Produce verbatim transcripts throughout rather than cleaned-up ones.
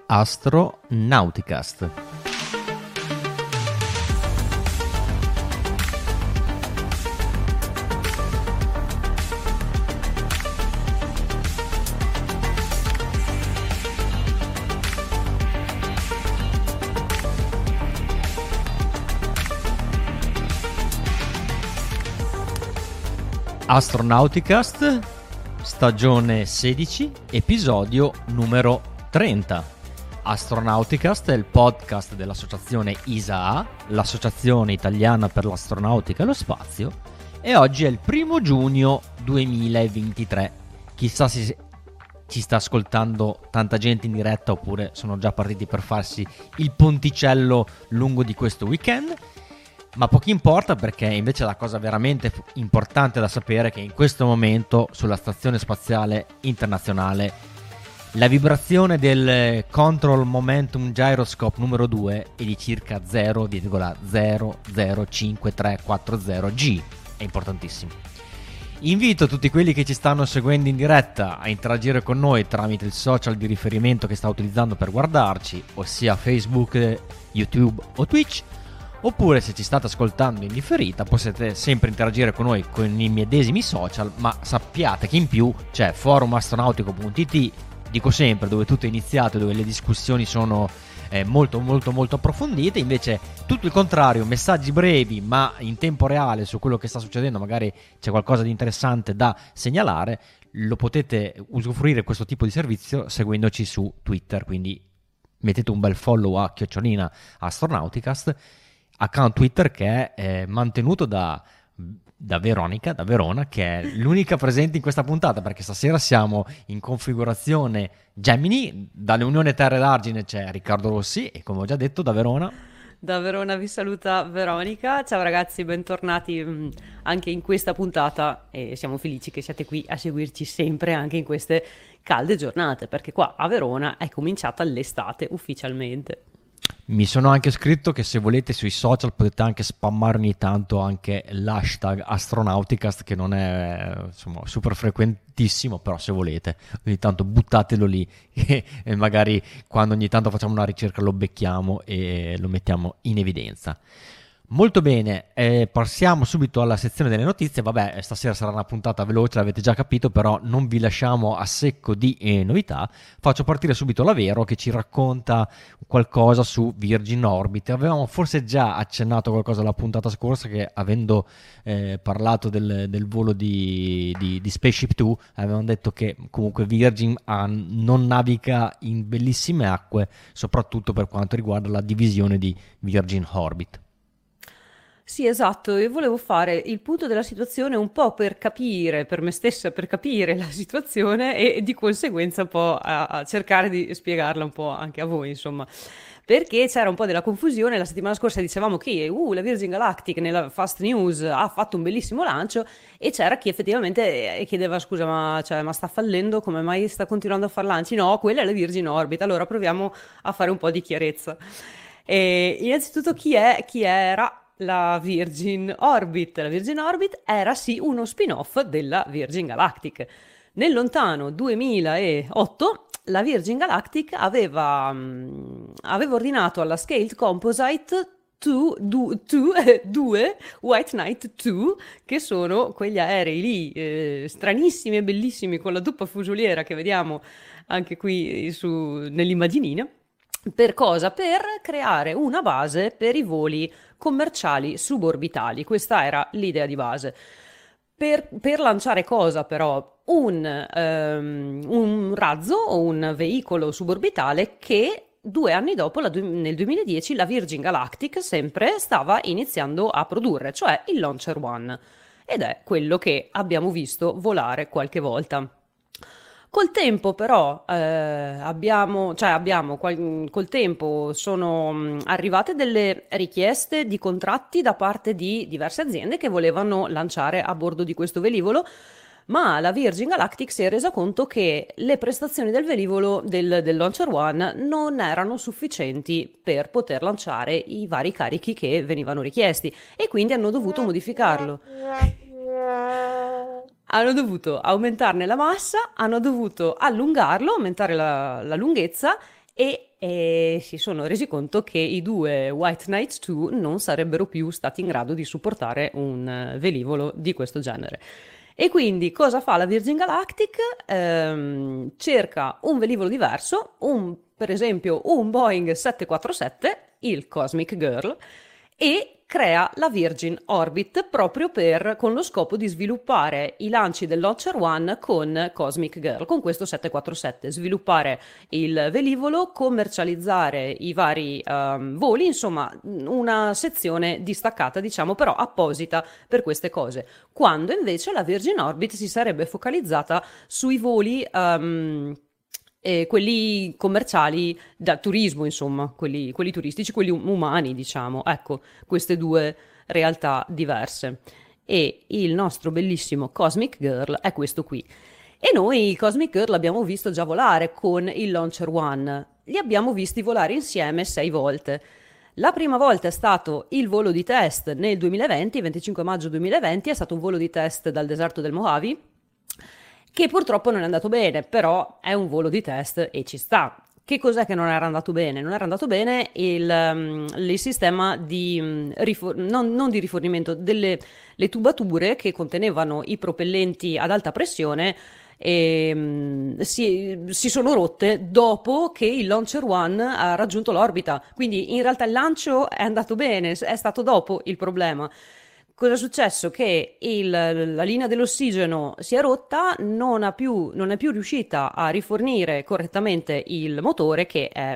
Astronauticast. Astronauticast, stagione sedici, episodio numero trenta. Astronauticast è il podcast dell'associazione I S A A, l'associazione italiana per l'astronautica e lo spazio, e oggi è il primo giugno duemilaventitré. Chissà se ci sta ascoltando tanta gente in diretta oppure sono già partiti per farsi il ponticello lungo di questo weekend. Ma poco importa, perché invece la cosa veramente importante da sapere è che in questo momento sulla Stazione Spaziale Internazionale la vibrazione del Control Momentum Gyroscope numero due è di circa zero virgola zero zero cinque tre quattro zero G. È importantissimo. Invito tutti quelli che ci stanno seguendo in diretta a interagire con noi tramite il social di riferimento che sta utilizzando per guardarci, ossia Facebook, YouTube o Twitch. Oppure, se ci state ascoltando in differita, potete sempre interagire con noi con i medesimi social, ma sappiate che in più c'è forum astronautico punto it, dico sempre, dove tutto è iniziato, dove le discussioni sono eh, molto molto molto approfondite. Invece tutto il contrario, messaggi brevi ma in tempo reale su quello che sta succedendo, magari c'è qualcosa di interessante da segnalare, lo potete usufruire questo tipo di servizio seguendoci su Twitter, quindi mettete un bel follow a chiocciolina Astronauticast, account Twitter che è eh, mantenuto da, da Veronica, da Verona, che è l'unica presente in questa puntata, perché stasera siamo in configurazione Gemini. Dall'Unione Terre d'Argine c'è Riccardo Rossi e, come ho già detto, da Verona... Da Verona vi saluta Veronica. Ciao ragazzi, bentornati mh, anche in questa puntata, e siamo felici che siate qui a seguirci sempre anche in queste calde giornate, perché qua a Verona è cominciata l'estate ufficialmente. Mi sono anche scritto che se volete sui social potete anche spammare ogni tanto anche l'hashtag Astronauticast, che non è insomma super frequentissimo, però se volete ogni tanto buttatelo lì e, e magari quando ogni tanto facciamo una ricerca lo becchiamo e lo mettiamo in evidenza. Molto bene, eh, passiamo subito alla sezione delle notizie. Vabbè, stasera sarà una puntata veloce, l'avete già capito, però non vi lasciamo a secco di eh, novità. Faccio partire subito la Vero, che ci racconta qualcosa su Virgin Orbit. Avevamo forse già accennato qualcosa la puntata scorsa, che avendo eh, parlato del, del volo di, di, di Spaceship due, avevamo detto che comunque Virgin ha, non naviga in bellissime acque, soprattutto per quanto riguarda la divisione di Virgin Orbit. Sì, esatto, io volevo fare il punto della situazione un po' per capire, per me stessa, per capire la situazione e di conseguenza un po' a, a cercare di spiegarla un po' anche a voi, insomma. Perché c'era un po' della confusione. La settimana scorsa dicevamo che uh, la Virgin Galactic nella Fast News ha fatto un bellissimo lancio, e c'era chi effettivamente chiedeva scusa, ma, cioè, ma sta fallendo, come mai sta continuando a fare lanci? No, quella è la Virgin Orbit. Allora proviamo a fare un po' di chiarezza. E innanzitutto chi è, chi era la Virgin Orbit? La Virgin Orbit era sì uno spin-off della Virgin Galactic. Nel lontano duemilaotto la Virgin Galactic aveva, um, aveva ordinato alla Scaled Composite due White Knight due, che sono quegli aerei lì eh, stranissimi e bellissimi con la doppia fusoliera che vediamo anche qui su, nell'immaginina. Per cosa? Per creare una base per i voli commerciali suborbitali. Questa era l'idea di base. Per, per lanciare cosa però? Un, um, un razzo o un veicolo suborbitale che due anni dopo, la, nel duemiladieci, la Virgin Galactic sempre stava iniziando a produrre, cioè il Launcher One. Ed è quello che abbiamo visto volare qualche volta. Col tempo però eh, abbiamo, cioè abbiamo, col tempo sono mh, arrivate delle richieste di contratti da parte di diverse aziende che volevano lanciare a bordo di questo velivolo, ma la Virgin Galactic si è resa conto che le prestazioni del velivolo del, del Launcher One non erano sufficienti per poter lanciare i vari carichi che venivano richiesti, e quindi hanno dovuto modificarlo. Hanno dovuto aumentarne la massa, hanno dovuto allungarlo, aumentare la, la lunghezza, e e si sono resi conto che i due White Knights due non sarebbero più stati in grado di supportare un eh, velivolo di questo genere. E quindi cosa fa la Virgin Galactic? Ehm, cerca un velivolo diverso, un, per esempio un Boeing sette quattro sette, il Cosmic Girl, e crea la Virgin Orbit proprio per, con lo scopo di sviluppare i lanci del Launcher One con Cosmic Girl, con questo sette quattro sette, sviluppare il velivolo, commercializzare i vari um, voli, insomma una sezione distaccata, diciamo, però apposita per queste cose, quando invece la Virgin Orbit si sarebbe focalizzata sui voli um, eh, quelli commerciali da turismo, insomma, quelli, quelli turistici, quelli um- umani, diciamo, ecco, queste due realtà diverse. E il nostro bellissimo Cosmic Girl è questo qui. E noi il Cosmic Girl l'abbiamo visto già volare con il Launcher One. Li abbiamo visti volare insieme sei volte. La prima volta è stato il volo di test nel duemilaventi, venticinque maggio duemilaventi, è stato un volo di test dal deserto del Mojave, che purtroppo non è andato bene, però è un volo di test e ci sta. Che cos'è che non era andato bene? Non era andato bene il, um, il sistema di, um, rifor- non, non di rifornimento, delle le tubature che contenevano i propellenti ad alta pressione e, um, si, si sono rotte dopo che il Launcher One ha raggiunto l'orbita. Quindi in realtà il lancio è andato bene, è stato dopo il problema. Cosa è successo? Che il, la linea dell'ossigeno si è rotta, non, ha più, non è più riuscita a rifornire correttamente il motore, che è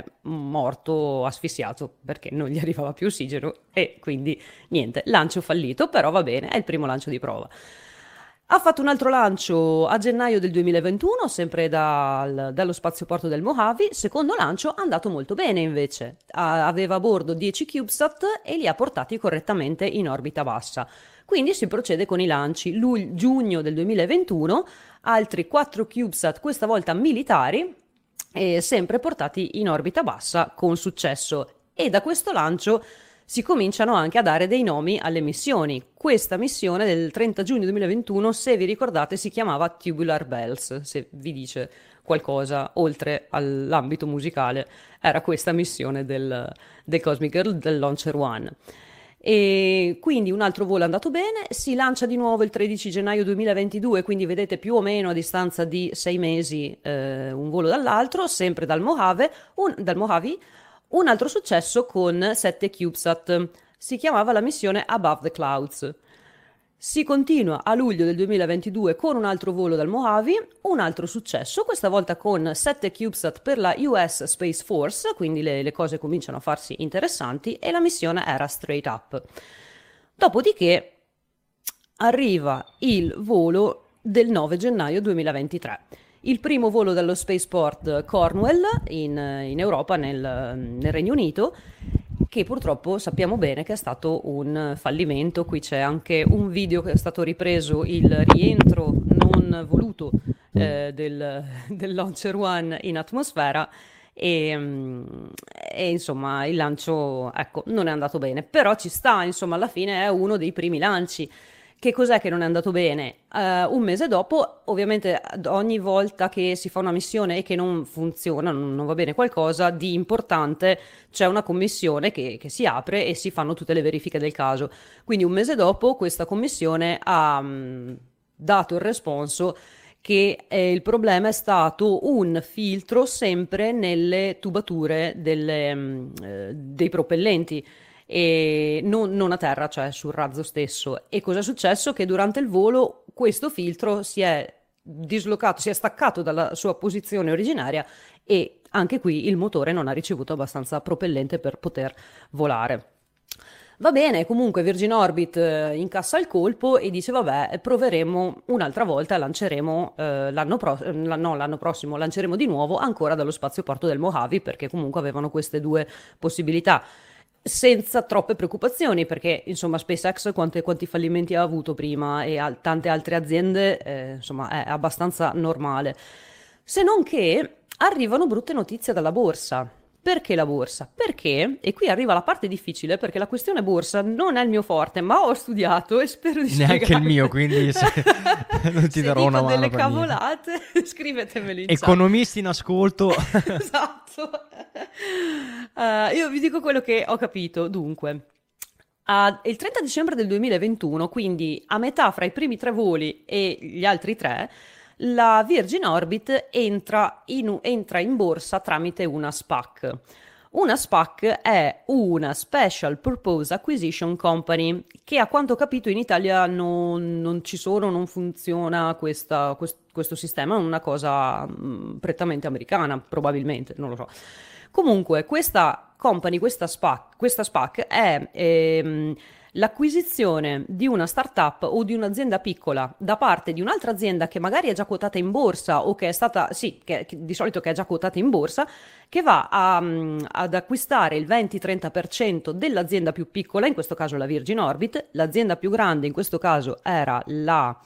morto asfissiato perché non gli arrivava più ossigeno e quindi niente, lancio fallito, però va bene, è il primo lancio di prova. Ha fatto un altro lancio a gennaio del duemilaventuno, sempre dal, dallo spazioporto del Mojave. Secondo lancio è andato molto bene invece. A, aveva a bordo dieci CubeSat e li ha portati correttamente in orbita bassa. Quindi si procede con i lanci. Luglio, giugno del duemilaventuno, altri quattro CubeSat, questa volta militari, e sempre portati in orbita bassa con successo. E da questo lancio si cominciano anche a dare dei nomi alle missioni. Questa missione del trenta giugno duemilaventuno, se vi ricordate, si chiamava Tubular Bells, se vi dice qualcosa oltre all'ambito musicale, era questa missione del, del Cosmic Girl, del Launcher One. E quindi un altro volo è andato bene, si lancia di nuovo il tredici gennaio duemilaventidue, quindi vedete più o meno a distanza di sei mesi eh, un volo dall'altro, sempre dal Mojave, un, dal Mojave. Un altro successo con sette CubeSat, si chiamava la missione Above the Clouds. Si continua a luglio del duemilaventidue con un altro volo dal Mojave, un altro successo, questa volta con sette CubeSat per la U S Space Force, quindi le, le cose cominciano a farsi interessanti e la missione era Straight Up. Dopodiché arriva il volo del nove gennaio duemilaventitré. Il primo volo dallo Spaceport Cornwall in, in Europa, nel, nel Regno Unito, che purtroppo sappiamo bene che è stato un fallimento. Qui c'è anche un video che è stato ripreso, il rientro non voluto eh, del, del Launcher One in atmosfera e, e insomma il lancio, ecco, non è andato bene, però ci sta, insomma alla fine è uno dei primi lanci. Che cos'è che non è andato bene? Uh, un mese dopo, ovviamente ogni volta che si fa una missione e che non funziona, non, non va bene qualcosa di importante, c'è una commissione che, che si apre e si fanno tutte le verifiche del caso. Quindi un mese dopo questa commissione ha um, dato il responso che eh, il problema è stato un filtro sempre nelle tubature delle, um, eh, dei propellenti, e non, non a terra, cioè sul razzo stesso. E cosa è successo? Che durante il volo questo filtro si è dislocato, si è staccato dalla sua posizione originaria e anche qui il motore non ha ricevuto abbastanza propellente per poter volare. Va bene, comunque Virgin Orbit eh, incassa il colpo e dice vabbè, proveremo un'altra volta, lanceremo eh, l'anno, pro- no, l'anno prossimo, lanceremo di nuovo ancora dallo spazioporto del Mojave, perché comunque avevano queste due possibilità. Senza troppe preoccupazioni, perché insomma SpaceX quanti, quanti fallimenti ha avuto prima e al, tante altre aziende, eh, insomma è abbastanza normale. Se non che arrivano brutte notizie dalla borsa, Perché la borsa? Perché, e qui arriva la parte difficile, perché la questione borsa non è il mio forte, ma ho studiato e spero di spiegare. Neanche il mio, quindi se non ti Se darò dico una mano delle per niente. cavolate, scrivetemeli in chat. Economisti in ascolto. Esatto. Eh, io vi dico quello che ho capito. Dunque, a- il trenta dicembre del duemilaventuno, quindi a metà fra i primi tre voli e gli altri tre, la Virgin Orbit entra in, entra in borsa tramite una SPAC. Una SPAC è una Special Purpose Acquisition Company, che a quanto ho capito in Italia non, non ci sono, non funziona questa- quest- questo sistema, è una cosa mh, prettamente americana, probabilmente, non lo so. Comunque, questa company, questa SPAC, questa SPAC è ehm, l'acquisizione di una startup o di un'azienda piccola da parte di un'altra azienda che magari è già quotata in borsa o che è stata, sì, che, che di solito che è già quotata in borsa, che va a, mm, ad acquistare il venti-trenta per cento dell'azienda più piccola, in questo caso la Virgin Orbit. L'azienda più grande in questo caso era la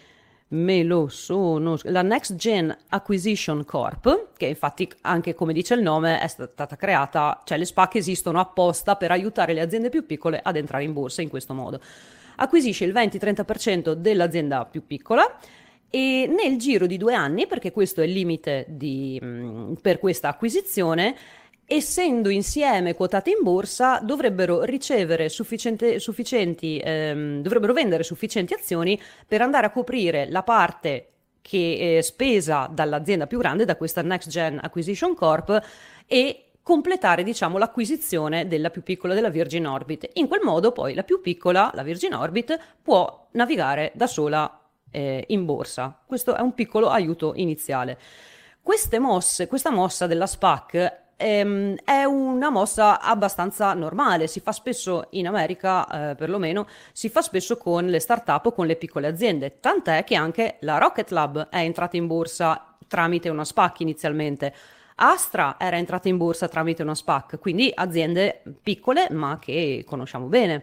me lo sono la Next Gen Acquisition Corp, che infatti anche come dice il nome è stata creata, cioè le SPAC esistono apposta per aiutare le aziende più piccole ad entrare in borsa in questo modo. Acquisisce il venti-trenta per cento dell'azienda più piccola e nel giro di due anni, perché questo è il limite di, mh, per questa acquisizione, essendo insieme quotate in borsa, dovrebbero ricevere sufficiente- sufficienti, ehm, dovrebbero vendere sufficienti azioni per andare a coprire la parte che è spesa dall'azienda più grande, da questa Next Gen Acquisition Corp, e completare, diciamo, l'acquisizione della più piccola, della Virgin Orbit. In quel modo poi la più piccola, la Virgin Orbit, può navigare da sola eh, in borsa. Questo è un piccolo aiuto iniziale. Queste mosse, questa mossa della SPAC ehm, è una mossa abbastanza normale, si fa spesso in America, eh, perlomeno, si fa spesso con le start-up o con le piccole aziende, tant'è che anche la Rocket Lab è entrata in borsa tramite una SPAC inizialmente. Astra era entrata in borsa tramite una SPAC, quindi aziende piccole ma che conosciamo bene.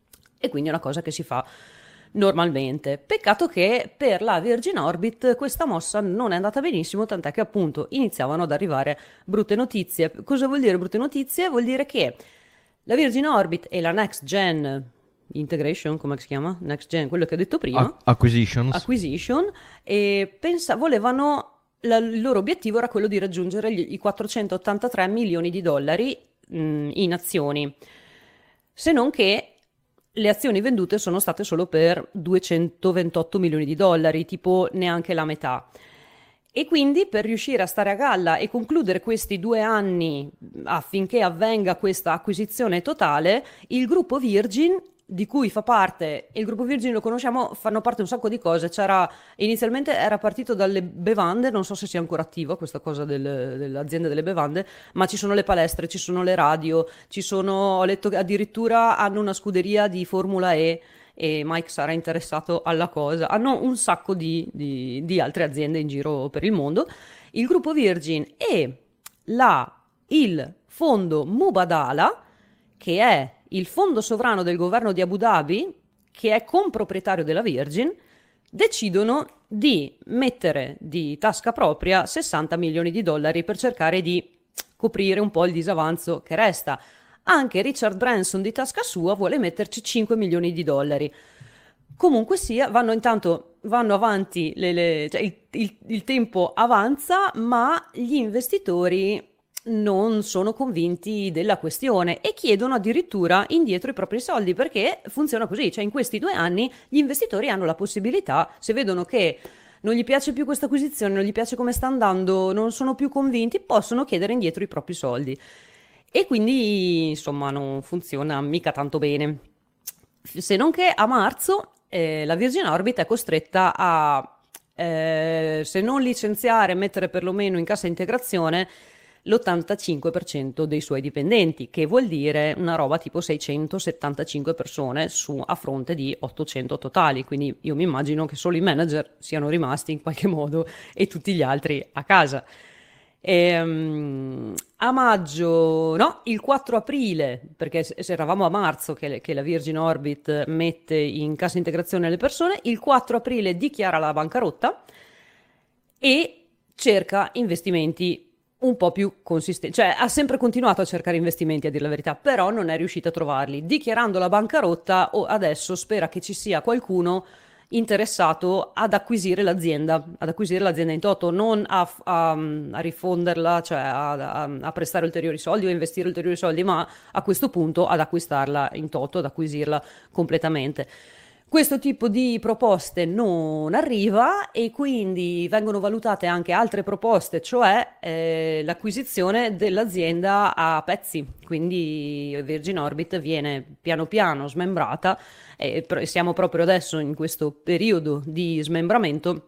E quindi è una cosa che si fa normalmente. Peccato che per la Virgin Orbit questa mossa non è andata benissimo, tant'è che appunto iniziavano ad arrivare brutte notizie. Cosa vuol dire brutte notizie? Vuol dire che la Virgin Orbit e la Next Gen Integration, come si chiama? Next Gen, quello che ho detto prima. Ac- acquisitions. Acquisition, e pensa, volevano, la- il loro obiettivo era quello di raggiungere gli- i quattrocentottantatré milioni di dollari mh, in azioni, se non che le azioni vendute sono state solo per duecentoventotto milioni di dollari, tipo neanche la metà. E quindi per riuscire a stare a galla e concludere questi due anni affinché avvenga questa acquisizione totale, il gruppo Virgin, di cui fa parte, il gruppo Virgin lo conosciamo, fanno parte un sacco di cose. C'era, inizialmente era partito dalle bevande, non so se sia ancora attiva questa cosa del- dell'azienda delle bevande, ma ci sono le palestre, ci sono le radio, ci sono, ho letto che addirittura hanno una scuderia di Formula E e Mike sarà interessato alla cosa. Hanno un sacco di, di- di altre aziende in giro per il mondo. Il gruppo Virgin e la, il fondo Mubadala, che è il fondo sovrano del governo di Abu Dhabi, che è comproprietario della Virgin, decidono di mettere di tasca propria sessanta milioni di dollari per cercare di coprire un po' il disavanzo che resta. Anche Richard Branson di tasca sua vuole metterci cinque milioni di dollari. Comunque sia, vanno intanto vanno avanti, le- le- cioè il, il- il tempo avanza, ma gli investitori non sono convinti della questione e chiedono addirittura indietro i propri soldi, perché funziona così, cioè in questi due anni gli investitori hanno la possibilità, se vedono che non gli piace più questa acquisizione, non gli piace come sta andando, non sono più convinti, possono chiedere indietro i propri soldi. E quindi, insomma, non funziona mica tanto bene. Se non che a marzo eh, la Virgin Orbit è costretta a, eh, se non licenziare, mettere perlomeno in cassa integrazione l'ottantacinque per cento dei suoi dipendenti, che vuol dire una roba tipo seicentosettantacinque persone su, a fronte di ottocento totali. Quindi io mi immagino che solo i manager siano rimasti in qualche modo e tutti gli altri a casa. Ehm, a maggio, no, il quattro aprile, perché se se eravamo a marzo che, che la Virgin Orbit mette in cassa integrazione le persone, il quattro aprile dichiara la bancarotta e cerca investimenti un po' più consistente, cioè ha sempre continuato a cercare investimenti, a dire la verità, però non è riuscita a trovarli. Dichiarando la bancarotta, o adesso spera che ci sia qualcuno interessato ad acquisire l'azienda, ad acquisire l'azienda in toto, non a, a, a rifonderla, cioè a, a, a prestare ulteriori soldi o investire ulteriori soldi, ma a questo punto ad acquistarla in toto, ad acquisirla completamente. Questo tipo di proposte non arriva e quindi vengono valutate anche altre proposte, cioè eh, l'acquisizione dell'azienda a pezzi. Quindi Virgin Orbit viene piano piano smembrata e siamo proprio adesso in questo periodo di smembramento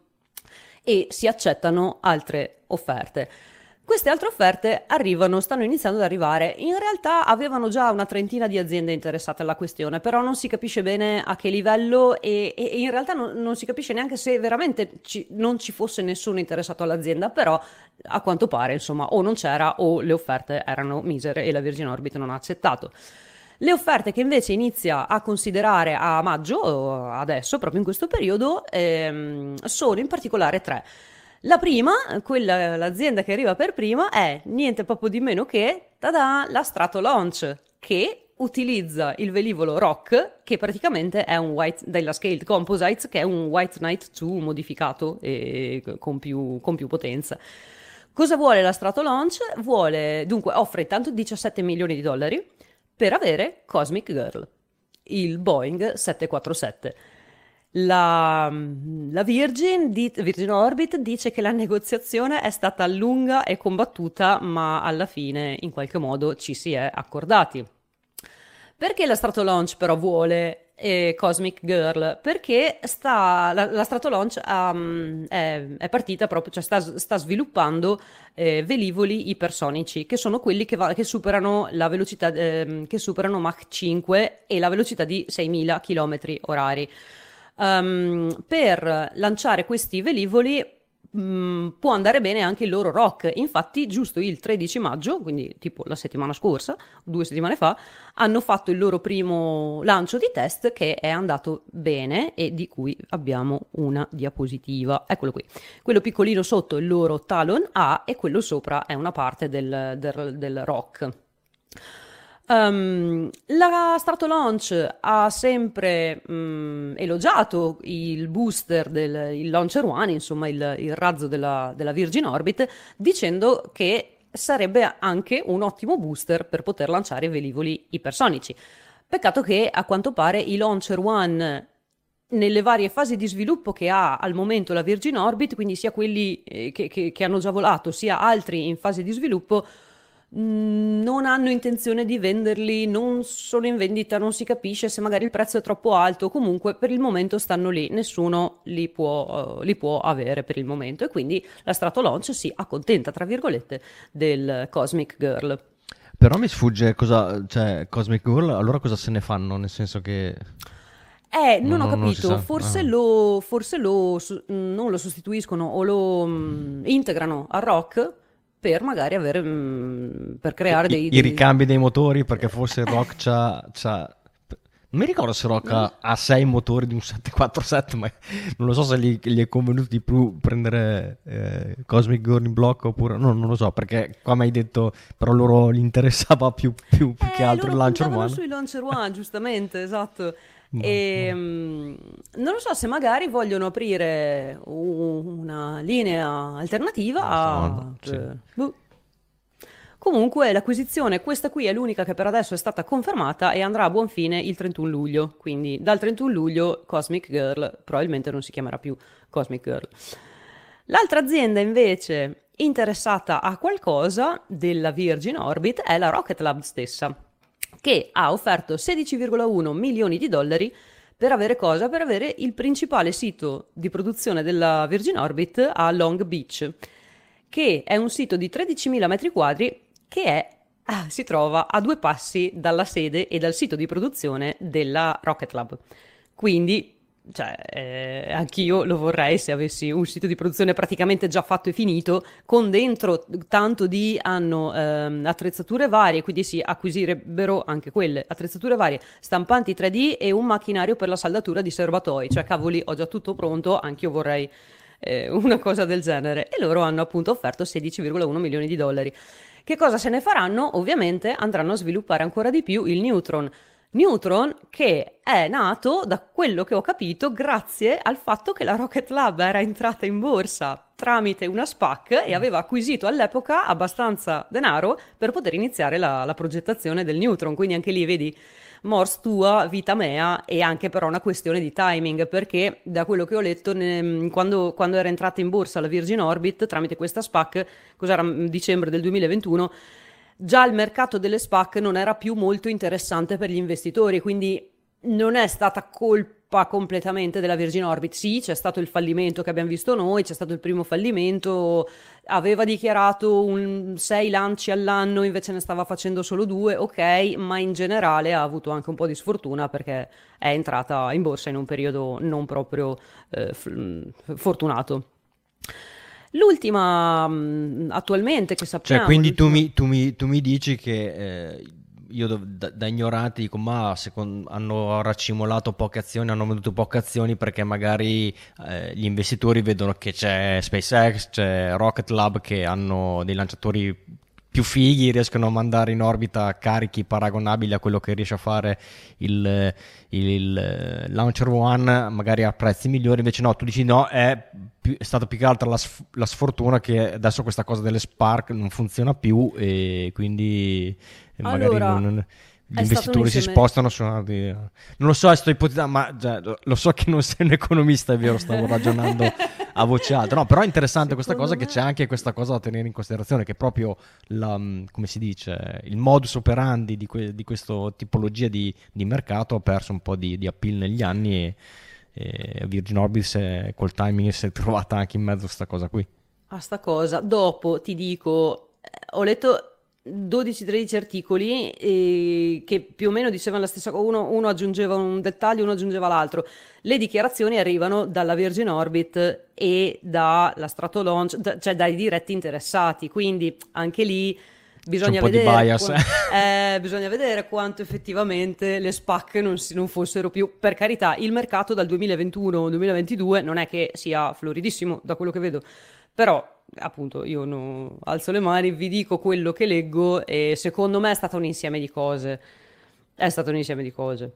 e si accettano altre offerte. Queste altre offerte arrivano, stanno iniziando ad arrivare. In realtà avevano già una trentina di aziende interessate alla questione, però non si capisce bene a che livello e, e in realtà non, non si capisce neanche se veramente ci, non ci fosse nessuno interessato all'azienda, però a quanto pare, insomma, o non c'era o le offerte erano misere e la Virgin Orbit non ha accettato. Le offerte che invece inizia a considerare a maggio, adesso, proprio in questo periodo, ehm, sono in particolare tre. La prima, quella, l'azienda che arriva per prima, è niente proprio di meno che tada, la Stratolaunch, che utilizza il velivolo Rock, che praticamente è un white, della Scaled Composites, che è un White Knight due modificato e con più, con più potenza. Cosa vuole la Stratolaunch? Vuole, dunque, offre intanto diciassette milioni di dollari per avere Cosmic Girl, il Boeing sette quattro sette. La, la Virgin, di, Virgin Orbit dice che la negoziazione è stata lunga e combattuta, ma alla fine in qualche modo ci si è accordati. Perché la Stratolaunch però vuole eh, Cosmic Girl? Perché sta, la, la Stratolaunch um, è, è partita proprio, cioè sta, sta sviluppando eh, velivoli ipersonici, che sono quelli che, va, che superano la velocità, eh, che superano Mach cinque e la velocità di seimila chilometri orari. Um, per lanciare questi velivoli um, può andare bene anche il loro Rock. Infatti giusto il tredici maggio, quindi tipo la settimana scorsa, due settimane fa, hanno fatto il loro primo lancio di test che è andato bene e di cui abbiamo una diapositiva. Eccolo qui, quello piccolino sotto è il loro Talon A e quello sopra è una parte del, del, del Rock. Um, la Stratolaunch ha sempre um, elogiato il booster del il Launcher One, insomma il, il razzo della, della Virgin Orbit, dicendo che sarebbe anche un ottimo booster per poter lanciare velivoli ipersonici. Peccato che a quanto pare i Launcher One, nelle varie fasi di sviluppo che ha al momento la Virgin Orbit, quindi sia quelli eh, che, che, che hanno già volato sia altri in fase di sviluppo, non hanno intenzione di venderli, non sono in vendita, non si capisce se magari il prezzo è troppo alto, comunque per il momento stanno lì, nessuno li può, uh, li può avere per il momento e quindi la Stratolaunch si accontenta, tra virgolette, del Cosmic Girl. Però mi sfugge cosa, cioè Cosmic Girl, allora cosa se ne fanno, nel senso che... Eh, non, non ho capito, non forse, ah. lo, forse lo, non lo sostituiscono o lo um, integrano al Rock per magari avere, mh, per creare I, dei, i dei... ricambi dei motori, perché forse il Rock c'ha, c'ha... non mi ricordo se Rock ha, ha sei motori di un sette quattro sette, ma non lo so se gli, gli è convenuto di più prendere eh, Cosmic Girl in blocco oppure no, non lo so, perché qua mi hai detto però loro gli interessava più, più, più eh, che altro il Launcher One. sui Launcher One, giustamente, esatto. No, e no. Mh, non lo so se magari vogliono aprire una linea alternativa a... no, sì. boh. Comunque l'acquisizione, questa qui è l'unica che per adesso è stata confermata e andrà a buon fine il trentuno luglio, quindi dal trentuno luglio Cosmic Girl probabilmente non si chiamerà più Cosmic Girl. L'altra azienda invece interessata a qualcosa della Virgin Orbit è la Rocket Lab stessa, che ha offerto sedici virgola uno milioni di dollari per avere cosa? Per avere il principale sito di produzione della Virgin Orbit a Long Beach, che è un sito di tredicimila metri quadri che è, ah, si trova a due passi dalla sede e dal sito di produzione della Rocket Lab. Quindi, cioè, eh, anch'io lo vorrei se avessi un sito di produzione praticamente già fatto e finito, con dentro tanto di hanno ehm, attrezzature varie, quindi si acquisirebbero anche quelle attrezzature varie, stampanti tre D e un macchinario per la saldatura di serbatoi. Cioè, cavoli, ho già tutto pronto, anch'io vorrei eh, una cosa del genere, e loro hanno appunto offerto sedici virgola uno milioni di dollari. Che cosa se ne faranno? Ovviamente andranno a sviluppare ancora di più il Neutron. Neutron che è nato, da quello che ho capito, grazie al fatto che la Rocket Lab era entrata in borsa tramite una SPAC e aveva acquisito all'epoca abbastanza denaro per poter iniziare la, la progettazione del Neutron. Quindi anche lì, vedi, mors tua, vita mea, e anche però una questione di timing, perché da quello che ho letto, ne, quando, quando era entrata in borsa la Virgin Orbit tramite questa SPAC, cos'era, dicembre del duemilaventuno, già il mercato delle SPAC non era più molto interessante per gli investitori, quindi non è stata colpa completamente della Virgin Orbit. Sì, c'è stato il fallimento che abbiamo visto noi, c'è stato il primo fallimento, aveva dichiarato un sei lanci all'anno, invece ne stava facendo solo due, ok, ma in generale ha avuto anche un po' di sfortuna perché è entrata in borsa in un periodo non proprio eh, f- fortunato. L'ultima mh, attualmente che sappiamo... Cioè, quindi tu l'ultima- mi, tu mi- tu mi dici che eh, io do- da, da ignorante dico, ma secondo, hanno racimolato poche azioni, hanno venduto poche azioni perché magari eh, gli investitori vedono che c'è SpaceX, c'è Rocket Lab che hanno dei lanciatori più fighi, riescono a mandare in orbita carichi paragonabili a quello che riesce a fare il, il, il Launcher One, magari a prezzi migliori. Invece no, tu dici no, è, più, è stata più che altro la, sf- la sfortuna che adesso questa cosa delle Spark non funziona più e quindi magari Allora, non, gli è stato un investitori si insieme... spostano su una di- non lo so, sto ipotizzando, ma cioè, lo so che non sei un economista, è vero, stavo ragionando a voce alta. No, però è interessante questa Secondo cosa, che me... c'è anche questa cosa da tenere in considerazione, che proprio la, mh, come si dice, il modus operandi di, que- di questa tipologia di, di mercato ha perso un po' di, di appeal negli anni e, e Virgin Orbit si è- col timing si è trovata anche in mezzo a questa cosa qui. a sta cosa. Dopo ti dico, eh, ho letto dodici tredici articoli eh, che più o meno dicevano la stessa cosa, uno, uno aggiungeva un dettaglio, uno aggiungeva l'altro. Le dichiarazioni arrivano dalla Virgin Orbit e dalla Stratolaunch, da- cioè dai diretti interessati, quindi anche lì C'è un bisogna po' di vedere, bias. qua- eh, bisogna vedere quanto effettivamente le SPAC non, si- non fossero più. Per carità, il mercato dal duemilaventuno-duemilaventidue non è che sia floridissimo da quello che vedo, però appunto io no- alzo le mani, vi dico quello che leggo e secondo me è stato un insieme di cose. È stato un insieme di cose.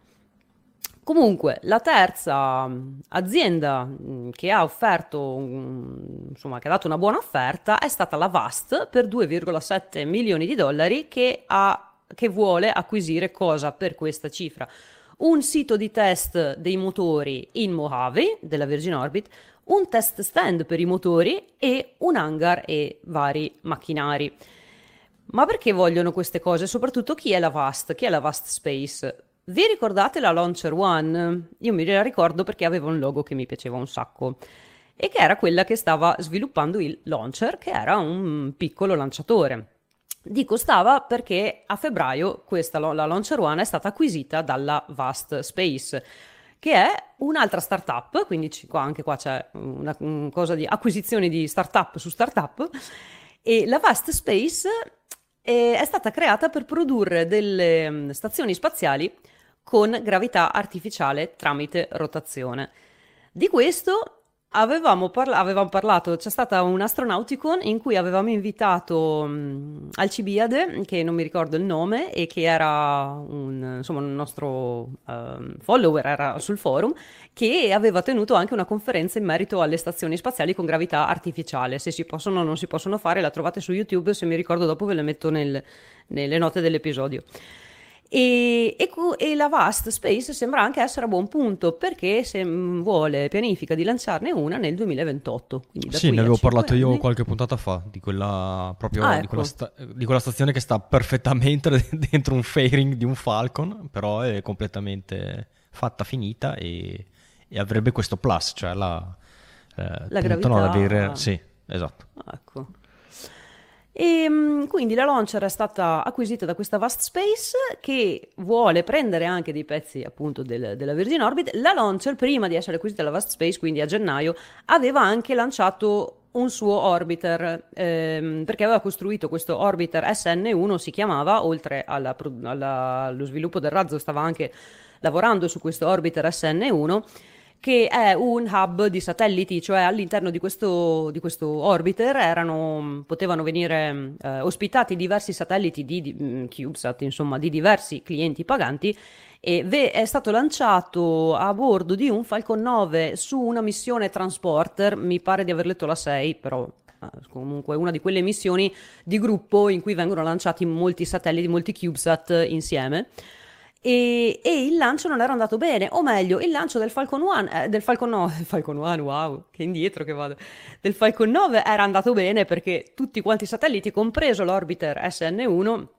Comunque, la terza mh, azienda mh, che ha offerto, un- insomma, che ha dato una buona offerta è stata la Vast per due virgola sette milioni di dollari che ha, che vuole acquisire cosa per questa cifra? Un sito di test dei motori in Mojave della Virgin Orbit, un test stand per i motori e un hangar e vari macchinari. Ma perché vogliono queste cose? Soprattutto chi è la Vast? Chi è la Vast Space? Vi ricordate la Launcher One? Io mi la ricordo perché aveva un logo che mi piaceva un sacco e che era quella che stava sviluppando il Launcher, che era un piccolo lanciatore. Dico stava perché a febbraio questa, la Launcher One è stata acquisita dalla Vast Space, che è un'altra startup, quindi ci- qua- anche qua c'è una, un cosa di acquisizioni di startup su startup, e la Vast Space eh, è stata creata per produrre delle mm, stazioni spaziali con gravità artificiale tramite rotazione. Di questo avevamo, parla- avevamo parlato, c'è stata un Astronauticon in cui avevamo invitato mh, Alcibiade, che non mi ricordo il nome, e che era un, insomma, un nostro ehm, follower, era sul forum, che aveva tenuto anche una conferenza in merito alle stazioni spaziali con gravità artificiale. Se si possono o non si possono fare, la trovate su YouTube, se mi ricordo dopo ve le metto nel- nelle note dell'episodio. E, e cu- e la Vast Space sembra anche essere a buon punto perché se mm, vuole, pianifica di lanciarne una nel duemilaventotto. Quindi da Sì, qui ne a avevo cinque parlato io anni. qualche puntata fa, di quella proprio Ah, di quella, ecco. sta- di quella stazione che sta perfettamente dentro un fairing di un Falcon, però è completamente fatta, finita e, e avrebbe questo plus, cioè la eh, La puntano ad avere... gravità. Sì, esatto. Ecco. E mm, quindi la launcher è stata acquisita da questa Vast Space che vuole prendere anche dei pezzi appunto del- della Virgin Orbit. La launcher, prima di essere acquisita dalla Vast Space, quindi a gennaio, aveva anche lanciato un suo orbiter, ehm, perché aveva costruito questo orbiter S N uno, si chiamava, oltre alla alla- allo sviluppo del razzo, stava anche lavorando su questo orbiter S N uno che è un hub di satelliti, cioè all'interno di questo, di questo orbiter erano, potevano venire eh, ospitati diversi satelliti di, di mm, CubeSat, insomma, di diversi clienti paganti, e ve- è stato lanciato a bordo di un Falcon nove su una missione transporter, mi pare di aver letto la sei, però eh, comunque una di quelle missioni di gruppo in cui vengono lanciati molti satelliti, molti CubeSat insieme. E, e il lancio non era andato bene, o meglio, il lancio del Falcon uno, eh, del Falcon nove, Falcon uno, wow, che indietro che vado, del Falcon nove era andato bene perché tutti quanti i satelliti, compreso l'orbiter S N uno,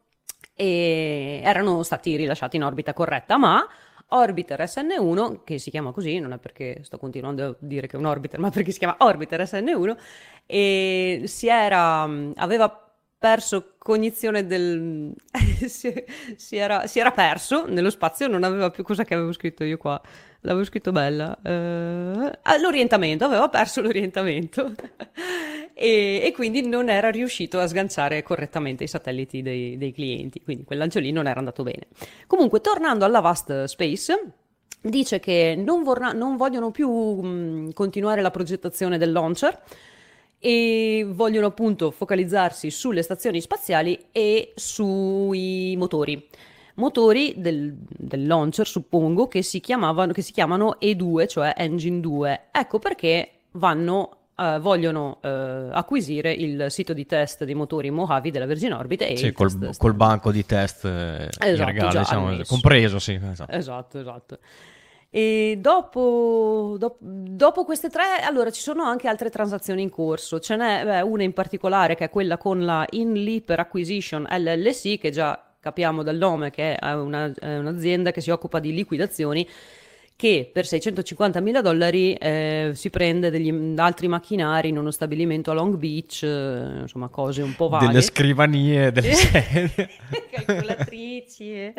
e erano stati rilasciati in orbita corretta, ma Orbiter S N uno, che si chiama così, non è perché sto continuando a dire che è un orbiter, ma perché si chiama Orbiter S N uno, e si era, aveva perso cognizione del... si, si era, si era perso nello spazio, non aveva più... Cosa che avevo scritto io qua? L'avevo scritto bella. Uh, l'orientamento, aveva perso l'orientamento. e, e quindi non era riuscito a sganciare correttamente i satelliti dei, dei clienti, quindi quel lancio lì non era andato bene. Comunque, tornando alla Vast Space, dice che non, vorrà, non vogliono più mh, continuare la progettazione del launcher, e vogliono appunto focalizzarsi sulle stazioni spaziali e sui motori. Motori del, del launcher, suppongo, che si chiamavano, che si chiamano E due, cioè Engine due. Ecco perché vanno, eh, vogliono eh, acquisire il sito di test dei motori Mojave della Virgin Orbit e sì, il col, test col banco di test eh, in esatto, regalo, già diciamo, ammesso. compreso, sì. Esatto, esatto. esatto. E dopo, dopo, dopo queste tre, allora ci sono anche altre transazioni in corso. Ce n'è beh, una in particolare che è quella con la InLeaper Acquisition L L C, che già capiamo dal nome che è, una, è un'azienda che si occupa di liquidazioni, che per seicentocinquantamila dollari eh, si prende degli altri macchinari in uno stabilimento a Long Beach, eh, insomma cose un po' vaghe. Delle scrivanie, delle sedie. Calcolatrici.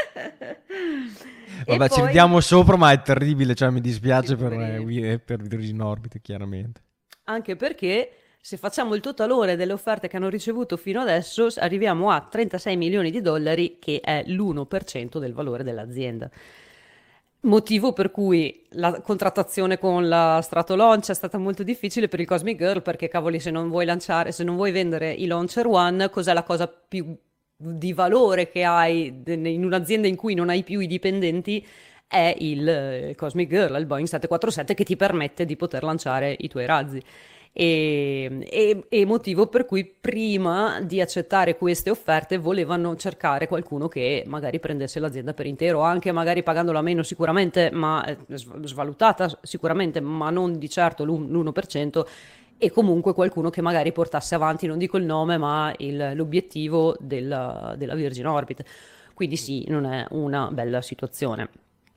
Vabbè, E ci poi... ridiamo sopra, ma è terribile, cioè mi dispiace Sì, per, poverino. eh, per Virgin Orbit, chiaramente. Anche perché se facciamo il totalone delle offerte che hanno ricevuto fino adesso, arriviamo a trentasei milioni di dollari, che è l'uno per cento del valore dell'azienda. Motivo per cui la contrattazione con la Stratolaunch è stata molto difficile per il Cosmic Girl, perché cavoli, se non vuoi lanciare, se non vuoi vendere i Launcher One, cos'è la cosa più di valore che hai in un'azienda in cui non hai più i dipendenti? È il Cosmic Girl, il Boeing sette quattro sette, che ti permette di poter lanciare i tuoi razzi. E, e, e motivo per cui prima di accettare queste offerte volevano cercare qualcuno che magari prendesse l'azienda per intero, anche magari pagandola meno sicuramente, ma eh, svalutata sicuramente, ma non di certo l'uno per cento, e comunque qualcuno che magari portasse avanti, non dico il nome, ma il, l'obiettivo della, della Virgin Orbit. Quindi sì, non è una bella situazione.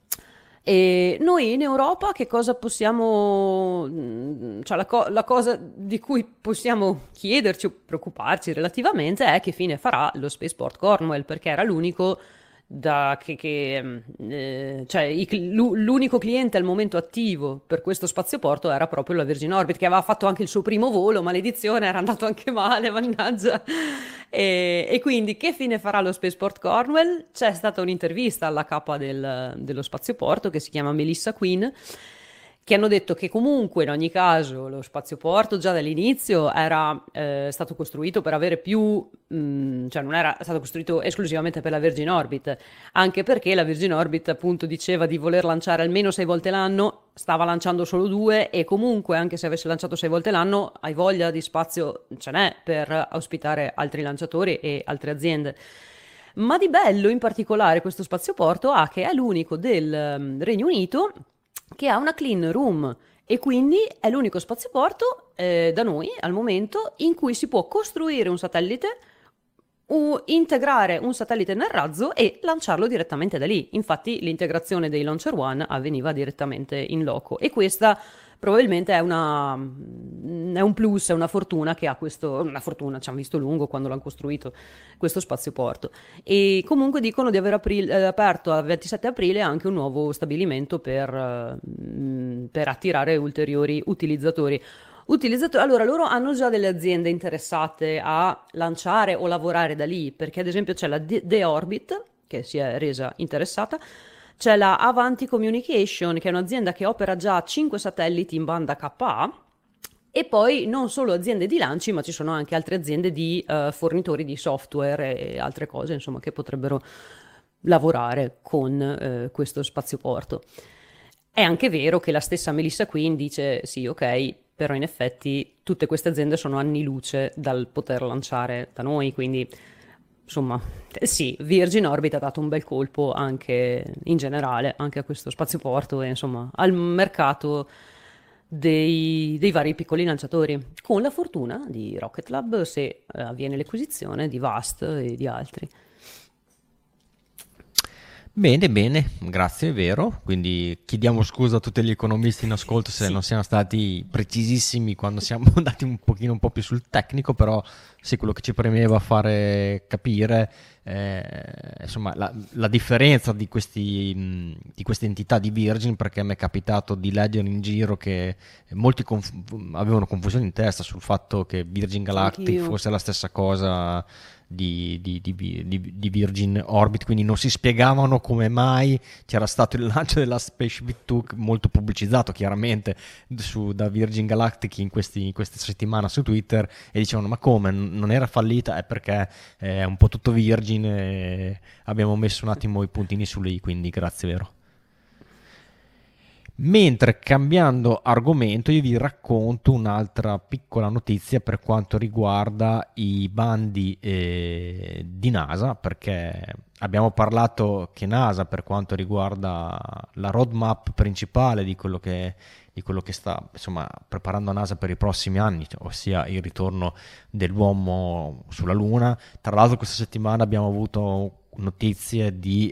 E noi in Europa che cosa possiamo, cioè la, co- la cosa di cui possiamo chiederci o preoccuparci relativamente è che fine farà lo Spaceport Cornwall, perché era l'unico da che, che eh, cioè i- l'u- l'unico cliente al momento attivo per questo spazioporto era proprio la Virgin Orbit, che aveva fatto anche il suo primo volo, maledizione, era andato anche male, mannaggia. E, e quindi che fine farà lo Spaceport Cornwall? C'è stata un'intervista alla capa del- dello spazioporto, che si chiama Melissa Quinn, che hanno detto che comunque in ogni caso lo spazioporto già dall'inizio era eh, stato costruito per avere più, mh, cioè non era stato costruito esclusivamente per la Virgin Orbit, anche perché la Virgin Orbit appunto diceva di voler lanciare almeno sei volte l'anno, stava lanciando solo due, e comunque anche se avesse lanciato sei volte l'anno, hai voglia di spazio, ce n'è per ospitare altri lanciatori e altre aziende. Ma di bello in particolare questo spazioporto ha che è l'unico del um, Regno Unito che ha una clean room, e quindi è l'unico spazioporto eh, da noi al momento in cui si può costruire un satellite, u- integrare un satellite nel razzo e lanciarlo direttamente da lì. Infatti l'integrazione dei Launcher One avveniva direttamente in loco, e questa probabilmente è una è un plus, è una fortuna che ha questo, una fortuna, ci hanno visto lungo quando l'hanno costruito questo spazioporto. E comunque dicono di aver apri- eh, aperto al ventisette aprile anche un nuovo stabilimento per, eh, mh, per attirare ulteriori utilizzatori. Utilizzatori, allora loro hanno già delle aziende interessate a lanciare o lavorare da lì, perché ad esempio c'è la The The Orbit che si è resa interessata. c'è la Avanti Communication, che è un'azienda che opera già cinque satelliti in banda K A, e poi non solo aziende di lanci, ma ci sono anche altre aziende di uh, fornitori di software e altre cose, insomma, che potrebbero lavorare con uh, questo spazioporto. È anche vero che la stessa Melissa Quinn dice sì, ok, però in effetti tutte queste aziende sono anni luce dal poter lanciare da noi, quindi insomma sì, Virgin Orbit ha dato un bel colpo anche in generale, anche a questo spazioporto e insomma al mercato dei, dei vari piccoli lanciatori, con la fortuna di Rocket Lab se eh, avviene l'acquisizione di Vast e di altri. Bene, bene, grazie, è vero. Quindi chiediamo scusa a tutti gli economisti in ascolto se Sì. non siamo stati precisissimi quando siamo andati un pochino un po' più sul tecnico, però sì, quello che ci premeva fare capire eh, insomma la, la differenza di questi mh, di queste entità di Virgin, perché mi è capitato di leggere in giro che molti conf- avevano confusione in testa sul fatto che Virgin Galactic Anch'io. fosse la stessa cosa Di, di, di, di, di Virgin Orbit, quindi non si spiegavano come mai c'era stato il lancio della Spaceship due molto pubblicizzato chiaramente su, da Virgin Galactic in, questi, in queste settimane su Twitter, e dicevano ma come, non era fallita? È perché è un po' tutto Virgin e abbiamo messo un attimo i puntini sulle i, quindi grazie, vero. Mentre, cambiando argomento, io vi racconto un'altra piccola notizia per quanto riguarda i bandi eh, di NASA, perché abbiamo parlato che NASA, per quanto riguarda la roadmap principale di quello che, di quello che sta insomma preparando NASA per i prossimi anni, ossia il ritorno dell'uomo sulla Luna. Tra l'altro questa settimana abbiamo avuto notizie di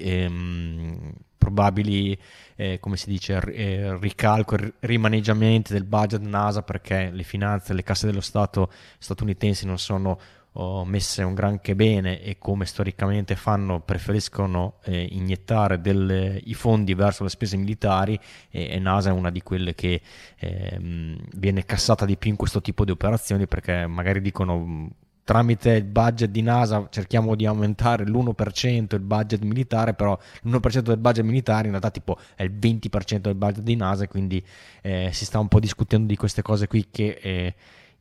ehm, probabili eh, come si dice eh, ricalco, rimaneggiamenti del budget NASA, perché le finanze, le casse dello Stato statunitensi non sono oh, messe un granché bene, e come storicamente fanno preferiscono eh, iniettare del, i fondi verso le spese militari, e, e NASA è una di quelle che ehm, viene cassata di più in questo tipo di operazioni, perché magari dicono tramite il budget di NASA cerchiamo di aumentare l'uno per cento il budget militare, però l'uno per cento del budget militare in realtà tipo è il venti per cento del budget di NASA, e quindi eh, si sta un po' discutendo di queste cose qui che eh,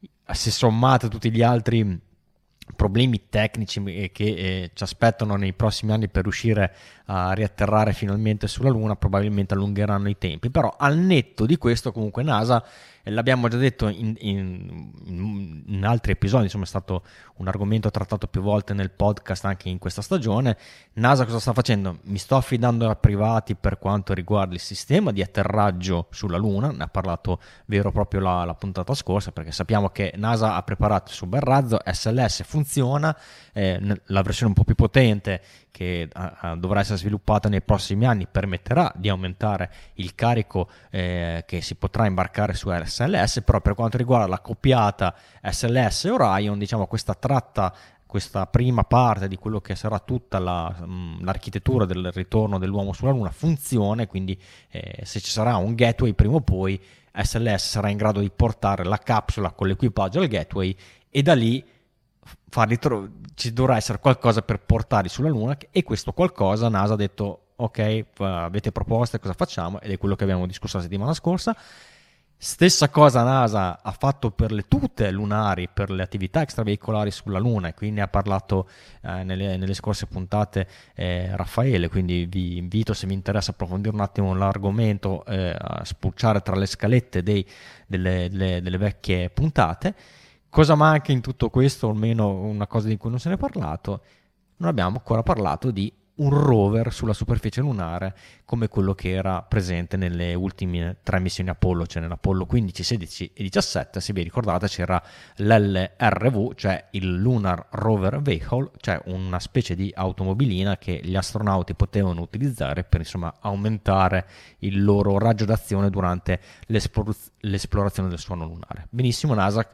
se sommate tutti gli altri problemi tecnici che eh, ci aspettano nei prossimi anni per riuscire a riatterrare finalmente sulla Luna, probabilmente allungheranno i tempi. Però al netto di questo, comunque NASA, eh, l'abbiamo già detto in, in, in, in altri episodi, insomma è stato un argomento trattato più volte nel podcast anche in questa stagione. NASA cosa sta facendo? Mi sto affidando a privati per quanto riguarda il sistema di atterraggio sulla Luna, ne ha parlato vero proprio la, la puntata scorsa, perché sappiamo che NASA ha preparato il superrazzo, S L S funziona, eh, la versione un po' più potente che uh, dovrà essere sviluppata nei prossimi anni permetterà di aumentare il carico eh, che si potrà imbarcare su S L S. Però per quanto riguarda la coppiata S L S Orion, diciamo questa tratta, questa prima parte di quello che sarà tutta la, mh, l'architettura del ritorno dell'uomo sulla Luna funziona, quindi eh, se ci sarà un gateway prima o poi S L S sarà in grado di portare la capsula con l'equipaggio al gateway, e da lì farli tro- ci dovrà essere qualcosa per portarli sulla Luna, e questo qualcosa NASA ha detto ok, avete proposte, cosa facciamo? Ed è quello che abbiamo discusso la settimana scorsa. Stessa cosa NASA ha fatto per le tute lunari, per le attività extraveicolari sulla Luna, e quindi ha parlato eh, nelle, nelle scorse puntate eh, Raffaele, quindi vi invito, se vi interessa approfondire un attimo l'argomento, eh, a spulciare tra le scalette dei, delle, delle, delle vecchie puntate. Cosa manca in tutto questo, o almeno una cosa di cui non se ne è parlato? Non abbiamo ancora parlato di un rover sulla superficie lunare come quello che era presente nelle ultime tre missioni Apollo, cioè nell'Apollo quindici, sedici e diciassette. Se vi ricordate c'era l'L R V, cioè il Lunar Rover Vehicle, cioè una specie di automobilina che gli astronauti potevano utilizzare per insomma aumentare il loro raggio d'azione durante l'esplor- l'esplorazione del suolo lunare. Benissimo, NASA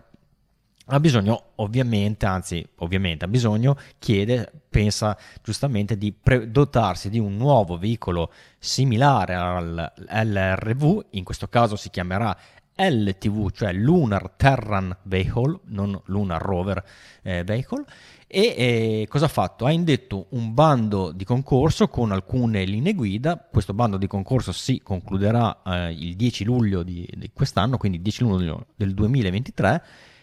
ha bisogno ovviamente, anzi ovviamente ha bisogno, chiede, pensa giustamente di pre- dotarsi di un nuovo veicolo similare al L R V, in questo caso si chiamerà L T V, cioè Lunar Terran Vehicle, non Lunar Rover eh, Vehicle. E eh, cosa ha fatto? Ha indetto un bando di concorso con alcune linee guida. Questo bando di concorso si concluderà eh, il dieci luglio di, di quest'anno, quindi il dieci luglio del duemilaventitré,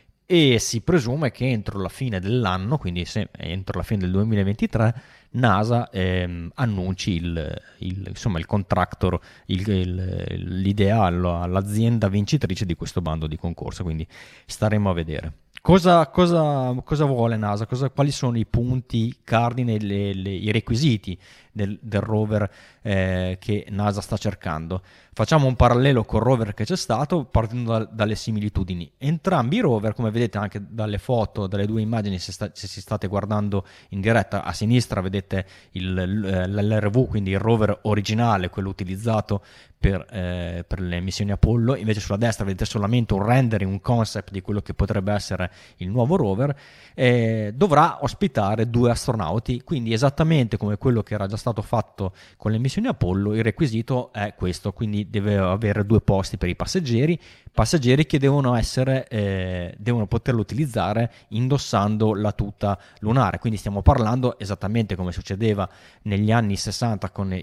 e si presume che entro la fine dell'anno, quindi se entro la fine del duemilaventitré, NASA ehm, annunci il, il, insomma, il contractor, il, il, l'idea all'azienda vincitrice di questo bando di concorso, quindi staremo a vedere. Cosa, cosa, cosa vuole NASA? Cosa, quali sono i punti cardine, le, le, i requisiti del, del rover eh, che NASA sta cercando? Facciamo un parallelo col rover che c'è stato, partendo da, dalle similitudini. Entrambi i rover, come vedete anche dalle foto, dalle due immagini, se, sta, se si state guardando in diretta, a sinistra vedete il, l'L R V, quindi il rover originale, quello utilizzato per, eh, per le missioni Apollo. Invece sulla destra vedete solamente un rendering, un concept di quello che potrebbe essere il nuovo rover. Eh, dovrà ospitare due astronauti, quindi esattamente come quello che era già stato fatto con le missioni Apollo. Il requisito è questo, quindi deve avere due posti per i passeggeri, passeggeri che devono essere eh, devono poterlo utilizzare indossando la tuta lunare. Quindi stiamo parlando esattamente come succedeva negli anni sessanta con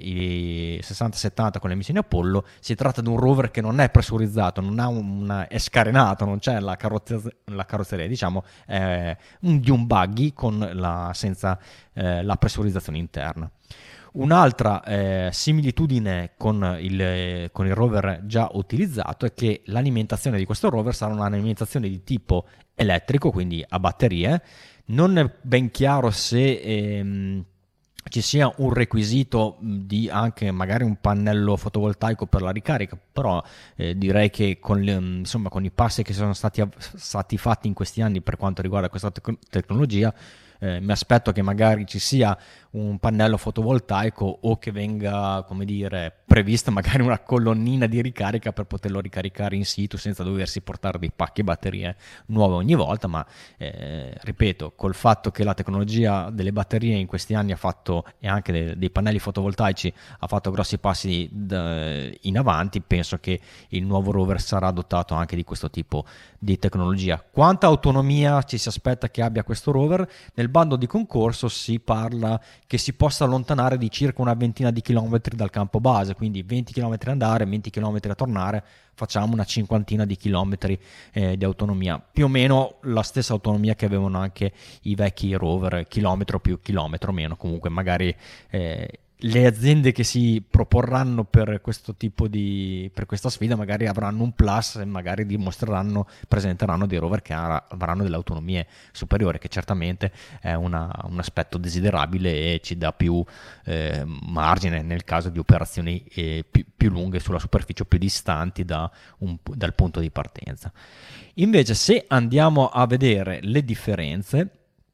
i sessanta settanta con le missioni Apollo. Si tratta di un rover che non è pressurizzato, non ha una, è scarenato, non c'è la, carrozze, la carrozzeria, diciamo eh, un, di un buggy con la, senza eh, la pressurizzazione interna. Un'altra eh, similitudine con il, con il rover già utilizzato è che l'alimentazione di questo rover sarà un'alimentazione di tipo elettrico, quindi a batterie. Non è ben chiaro se ehm, ci sia un requisito di anche magari un pannello fotovoltaico per la ricarica, però eh, direi che con, le, insomma, con i passi che sono stati, stati fatti in questi anni per quanto riguarda questa tec- tecnologia, Eh, mi aspetto che magari ci sia un pannello fotovoltaico o che venga, come dire, prevista magari una colonnina di ricarica per poterlo ricaricare in situ senza doversi portare dei pacchi e batterie nuove ogni volta. Ma eh, ripeto, col fatto che la tecnologia delle batterie in questi anni ha fatto, e anche dei, dei pannelli fotovoltaici, ha fatto grossi passi in avanti, penso che il nuovo rover sarà dotato anche di questo tipo di tecnologia. Quanta autonomia ci si aspetta che abbia questo rover? Nel bando di concorso si parla che si possa allontanare di circa una ventina di chilometri dal campo base, quindi venti chilometri andare, venti chilometri a tornare, facciamo una cinquantina di chilometri eh, di autonomia, più o meno la stessa autonomia che avevano anche i vecchi rover, chilometro più chilometro meno. Comunque magari eh, le aziende che si proporranno per questo tipo di per questa sfida magari avranno un plus e magari dimostreranno, presenteranno dei rover che avranno delle autonomie superiori, che certamente è una, un aspetto desiderabile e ci dà più eh, margine nel caso di operazioni eh, più, più lunghe sulla superficie, più distanti da un, dal punto di partenza. Invece, se andiamo a vedere le differenze,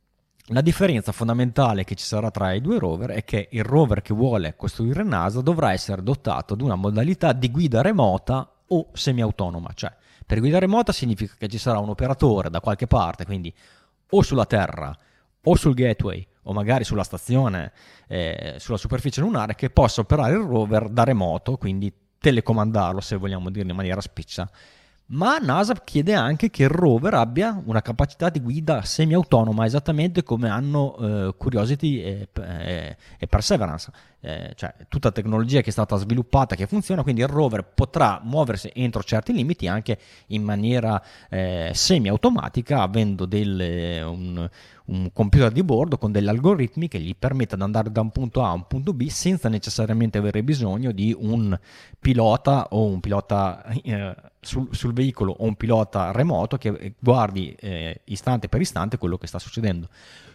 la differenza fondamentale che ci sarà tra i due rover è che il rover che vuole costruire NASA dovrà essere dotato di una modalità di guida remota o semiautonoma. Cioè, per guida remota significa che ci sarà un operatore da qualche parte, quindi o sulla Terra o sul gateway o magari sulla stazione, eh, sulla superficie lunare, che possa operare il rover da remoto, quindi telecomandarlo, se vogliamo dirlo in maniera spiccia. Ma NASA chiede anche che il rover abbia una capacità di guida semi-autonoma, esattamente come hanno eh, Curiosity e, e, e Perseverance, eh, cioè tutta tecnologia che è stata sviluppata, che funziona, quindi il rover potrà muoversi entro certi limiti anche in maniera eh, semi-automatica, avendo delle, un, un computer di bordo con degli algoritmi che gli permette di andare da un punto A a un punto B senza necessariamente avere bisogno di un pilota o un pilota eh, sul, sul veicolo o un pilota remoto che guardi eh, istante per istante quello che sta succedendo.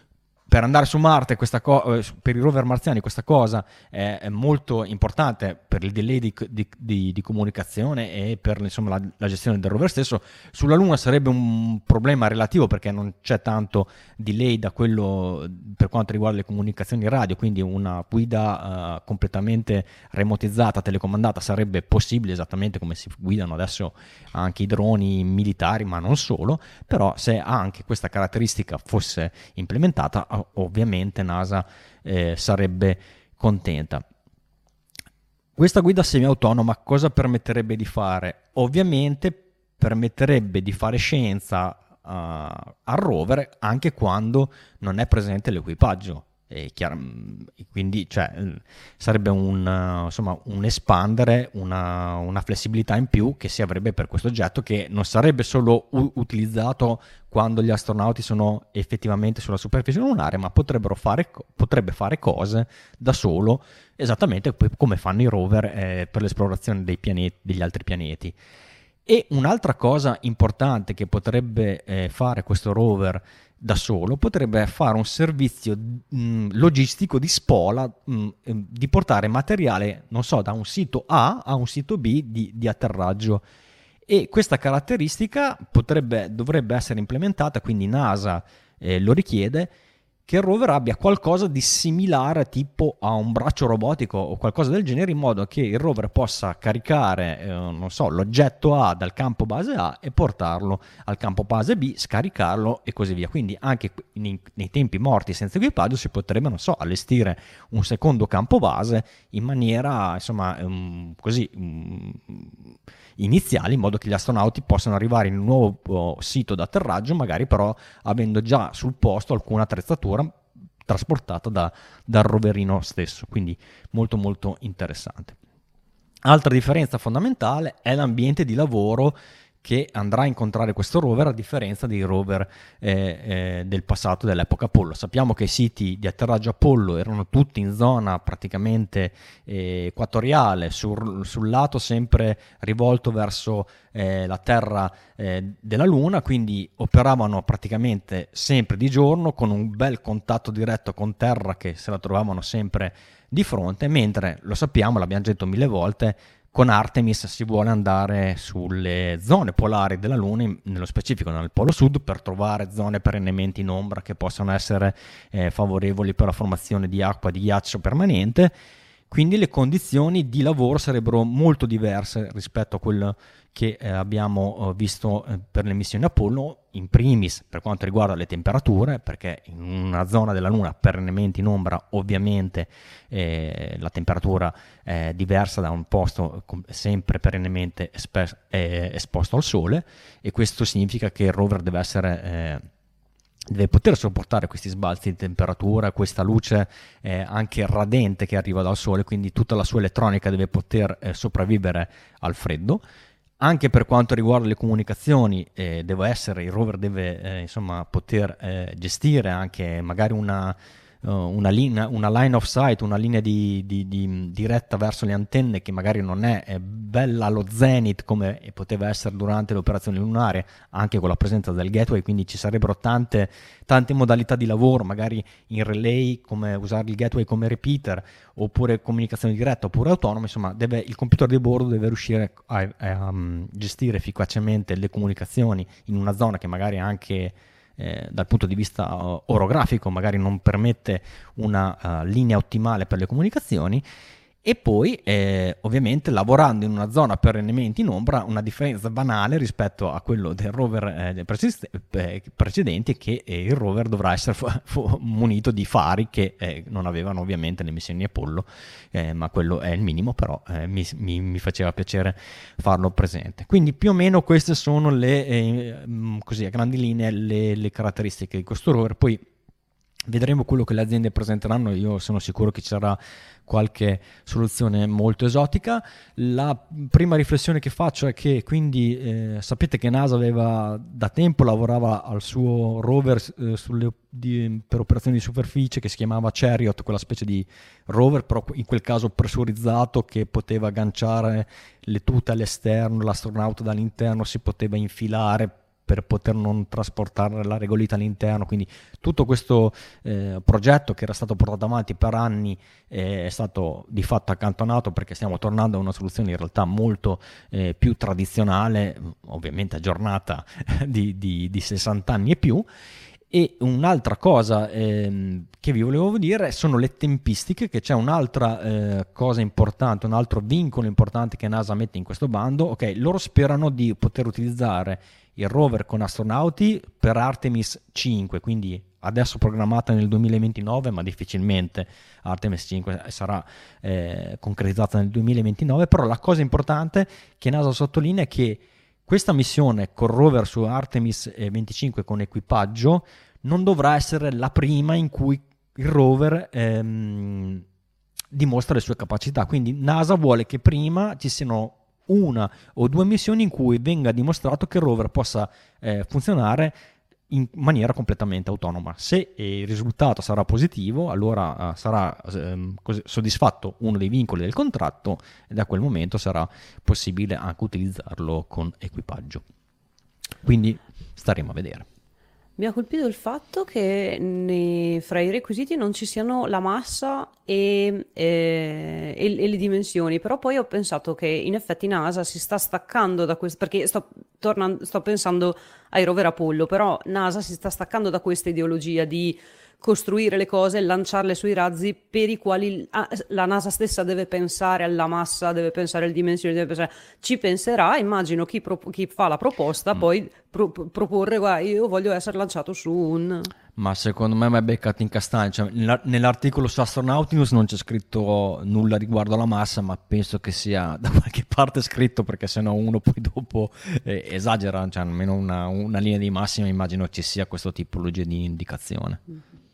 Per andare su Marte, questa co- per i rover marziani, questa cosa è, è molto importante per il delay di, di, di, di comunicazione e per insomma, la, la gestione del rover stesso. Sulla Luna sarebbe un problema relativo perché non c'è tanto delay da quello per quanto riguarda le comunicazioni radio, quindi una guida uh, completamente remotizzata, telecomandata sarebbe possibile, esattamente come si guidano adesso anche i droni militari, ma non solo. Però se anche questa caratteristica fosse implementata, ovviamente NASA eh, sarebbe contenta. Questa guida semiautonoma cosa permetterebbe di fare? Ovviamente permetterebbe di fare scienza uh, al rover anche quando non è presente l'equipaggio. E chiaro, quindi cioè, sarebbe un, uh, insomma, un espandere, una, una flessibilità in più che si avrebbe per questo oggetto, che non sarebbe solo u- utilizzato quando gli astronauti sono effettivamente sulla superficie lunare, ma potrebbero fare, potrebbe fare cose da solo, esattamente come fanno i rover eh, per l'esplorazione dei pianeti, degli altri pianeti. E un'altra cosa importante che potrebbe eh, fare questo rover da solo, potrebbe fare un servizio mh, logistico di spola, mh, di portare materiale, non so, da un sito A a un sito B di, di atterraggio. E questa caratteristica potrebbe, dovrebbe essere implementata, quindi NASA eh, lo richiede, che il rover abbia qualcosa di similare tipo a un braccio robotico o qualcosa del genere, in modo che il rover possa caricare eh, non so, l'oggetto A dal campo base A e portarlo al campo base B, scaricarlo e così via. Quindi anche nei, nei tempi morti senza equipaggio si potrebbe, non so, allestire un secondo campo base in maniera insomma um, così um, iniziale, in modo che gli astronauti possano arrivare in un nuovo uh, sito d'atterraggio, magari però avendo già sul posto alcuna attrezzatura trasportata da, dal roverino stesso. Quindi molto molto interessante. Altra differenza fondamentale è l'ambiente di lavoro che andrà a incontrare questo rover, a differenza dei rover eh, eh, del passato, dell'epoca Apollo. Sappiamo che i siti di atterraggio Apollo erano tutti in zona praticamente eh, equatoriale, sul, sul lato sempre rivolto verso eh, la terra eh, della Luna, quindi operavano praticamente sempre di giorno con un bel contatto diretto con terra che se la trovavano sempre di fronte, mentre lo sappiamo, l'abbiamo detto mille volte, con Artemis si vuole andare sulle zone polari della Luna, nello specifico nel Polo Sud, per trovare zone perennemente in ombra che possano essere eh, favorevoli per la formazione di acqua, di ghiaccio permanente. Quindi le condizioni di lavoro sarebbero molto diverse rispetto a quello che eh, abbiamo eh, visto eh, per le missioni Apollo, in primis per quanto riguarda le temperature, perché in una zona della Luna perennemente in ombra ovviamente eh, la temperatura è diversa da un posto sempre perennemente espe- eh, esposto al Sole, e questo significa che il rover deve essere... Eh, deve poter sopportare questi sbalzi di temperatura, questa luce eh, anche radente che arriva dal Sole, quindi tutta la sua elettronica deve poter eh, sopravvivere al freddo. Anche per quanto riguarda le comunicazioni, eh, deve essere, il rover deve eh, insomma poter eh, gestire anche magari una, uh, una, linea, una line of sight, una linea di, di, di diretta verso le antenne che magari non è, è bella allo zenith come poteva essere durante le operazioni lunari, anche con la presenza del gateway, quindi ci sarebbero tante, tante modalità di lavoro, magari in relay, come usare il gateway come repeater, oppure comunicazione diretta, oppure autonoma. Insomma, deve, il computer di bordo deve riuscire a, a um, gestire efficacemente le comunicazioni in una zona che magari anche eh, dal punto di vista uh, orografico magari non permette una uh, linea ottimale per le comunicazioni. E poi eh, ovviamente lavorando in una zona perennemente in ombra, una differenza banale rispetto a quello del rover eh, precedente, eh, precedenti, che eh, il rover dovrà essere fu- fu- munito di fari che eh, non avevano ovviamente le missioni Apollo, eh, ma quello è il minimo, però eh, mi, mi, mi faceva piacere farlo presente. Quindi più o meno queste sono le eh, così a grandi linee le, le caratteristiche di questo rover. Poi vedremo quello che le aziende presenteranno. Io sono sicuro che ci sarà qualche soluzione molto esotica. La prima riflessione che faccio è che quindi eh, sapete che NASA aveva da tempo lavorava al suo rover eh, sulle, di, per operazioni di superficie, che si chiamava Chariot, quella specie di rover però in quel caso pressurizzato, che poteva agganciare le tute all'esterno, l'astronauta dall'interno si poteva infilare per poter non trasportare la regolita all'interno. Quindi tutto questo eh, progetto, che era stato portato avanti per anni, eh, è stato di fatto accantonato, perché stiamo tornando a una soluzione in realtà molto eh, più tradizionale, ovviamente aggiornata di, di, di sessanta anni e più. E un'altra cosa ehm, che vi volevo dire sono le tempistiche, che c'è un'altra eh, cosa importante, un altro vincolo importante che NASA mette in questo bando. Ok, loro sperano di poter utilizzare il rover con astronauti per Artemis cinque, quindi adesso programmata nel duemilaventinove, ma difficilmente Artemis cinque sarà eh, concretizzata nel duemilaventinove. Però la cosa importante che NASA sottolinea è che questa missione col rover su Artemis venticinque con equipaggio non dovrà essere la prima in cui il rover ehm, dimostra le sue capacità, quindi NASA vuole che prima ci siano una o due missioni in cui venga dimostrato che il rover possa eh, funzionare in maniera completamente autonoma. Se il risultato sarà positivo, allora uh, sarà um, così, soddisfatto uno dei vincoli del contratto e da quel momento sarà possibile anche utilizzarlo con equipaggio. Quindi staremo a vedere. Mi ha colpito il fatto che nei, fra i requisiti non ci siano la massa e, e, e- e le dimensioni, però poi ho pensato che in effetti NASA si sta staccando da questo, perché sto, tornando, sto pensando ai rover Apollo, però NASA si sta staccando da questa ideologia di costruire le cose e lanciarle sui razzi per i quali ah, la NASA stessa deve pensare alla massa, deve pensare alle dimensioni, deve pensare, ci penserà, immagino chi, pro- chi fa la proposta Mm. poi pro- proporre, guarda, io voglio essere lanciato su un... Ma secondo me mi è beccato in castagna. Cioè, nella- nell'articolo su Astronautimus non c'è scritto nulla riguardo alla massa, ma penso che sia da qualche parte scritto, perché sennò uno poi dopo eh, esagera, cioè almeno una, una linea di massima immagino ci sia questa tipologia di indicazione.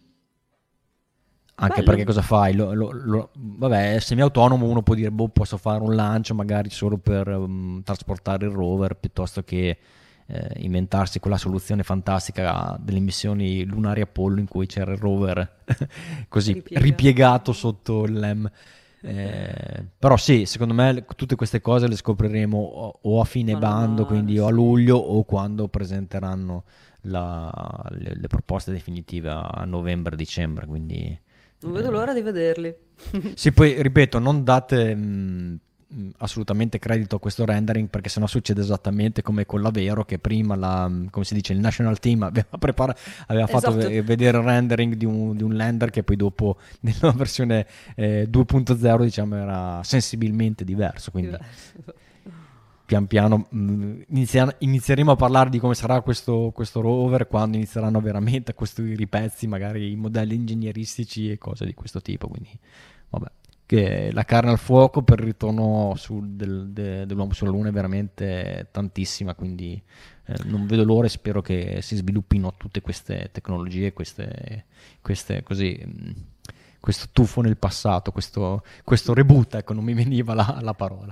Anche Bello. perché cosa fai? Lo, lo- lo- vabbè, semi-autonomo uno può dire, boh, posso fare un lancio magari solo per um, trasportare il rover, piuttosto che eh, inventarsi quella soluzione fantastica delle missioni lunari Apollo in cui c'era il rover così Ripiegato. ripiegato sotto il LEM. Eh, però sì, secondo me tutte queste cose le scopriremo o, o a fine Man bando, mano, quindi o a sì. luglio o quando presenteranno la- le, le proposte definitive a novembre-dicembre, quindi... Non vedo l'ora di vederli. Sì, poi ripeto, non date mh, mh, assolutamente credito a questo rendering, perché sennò succede esattamente come con la Vero, che prima la, mh, come si dice, il National Team aveva, prepara- aveva fatto Esatto. ve- vedere il rendering di un, di un lander che poi dopo nella versione eh, due punto zero diciamo era sensibilmente diverso, quindi pian piano mh, inizia- inizieremo a parlare di come sarà questo, questo rover quando inizieranno veramente a costruire i pezzi, magari i modelli ingegneristici e cose di questo tipo. Quindi, vabbè, che la carne al fuoco per il ritorno sul- del- de- dell'uomo sulla Luna è veramente tantissima. Quindi, eh, non vedo l'ora e spero che si sviluppino tutte queste tecnologie, queste, queste così. Mh, questo tuffo nel passato, questo, questo reboot, ecco, non mi veniva la la parola.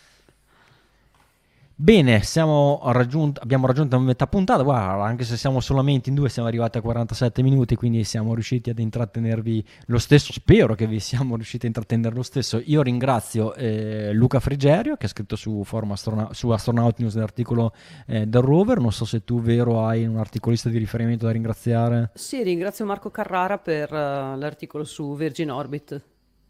Bene, siamo raggiunt- abbiamo raggiunto la metà puntata, guarda, anche se siamo solamente in due, siamo arrivati a quarantasette minuti, quindi siamo riusciti ad intrattenervi lo stesso, spero che vi siamo riusciti a intrattenere lo stesso. Io ringrazio eh, Luca Frigerio, che ha scritto su, forum Astrona- su Astronaut News l'articolo eh, del rover, non so se tu, Vero, hai un articolista di riferimento da ringraziare. Sì, ringrazio Marco Carrara per eh, l'articolo su Virgin Orbit.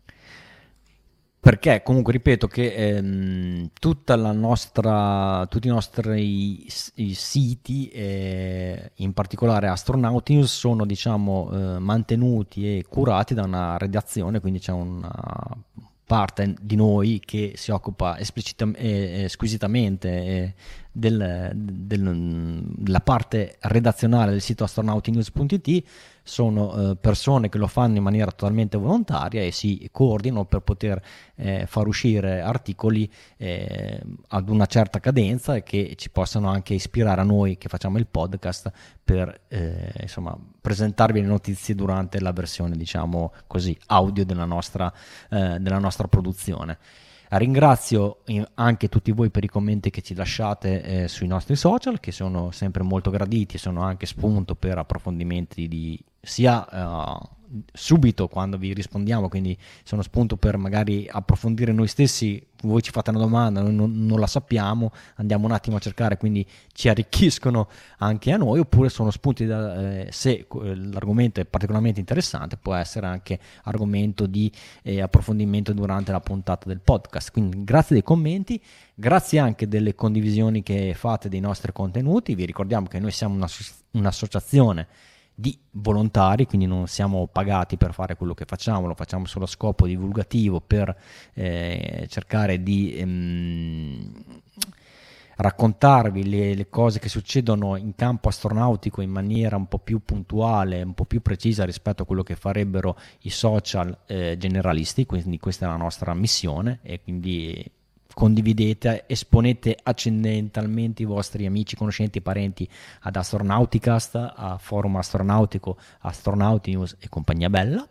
Perché comunque ripeto che ehm, tutta la nostra, tutti i nostri s- i siti, eh, in particolare Astronauti News, sono diciamo eh, mantenuti e curati da una redazione, quindi c'è una parte di noi che si occupa esplicitamente e squisitamente eh, del- del- della parte redazionale del sito astronautinews punto it. Sono eh, persone che lo fanno in maniera totalmente volontaria e si coordinano per poter eh, far uscire articoli eh, ad una certa cadenza e che ci possano anche ispirare a noi che facciamo il podcast per eh, insomma presentarvi le notizie durante la versione diciamo così audio della nostra, eh, della nostra produzione. Ringrazio anche tutti voi per i commenti che ci lasciate eh, sui nostri social, che sono sempre molto graditi e sono anche spunto per approfondimenti di sia eh, subito quando vi rispondiamo, quindi sono spunto per magari approfondire noi stessi. Voi ci fate una domanda, noi non, non la sappiamo, andiamo un attimo a cercare, quindi ci arricchiscono anche a noi, oppure sono spunti da, eh, se l'argomento è particolarmente interessante, può essere anche argomento di eh, approfondimento durante la puntata del podcast. Quindi grazie dei commenti, grazie anche delle condivisioni che fate dei nostri contenuti. Vi ricordiamo che noi siamo una, un'associazione di volontari, quindi non siamo pagati per fare quello che facciamo, lo facciamo solo a scopo divulgativo per eh, cercare di ehm, raccontarvi le, le cose che succedono in campo astronautico in maniera un po' più puntuale, un po' più precisa rispetto a quello che farebbero i social eh, generalisti, quindi questa è la nostra missione e quindi condividete, esponete accidentalmente i vostri amici, conoscenti, parenti ad Astronauticast, a Forum Astronautico, Astronauti News e compagnia bella.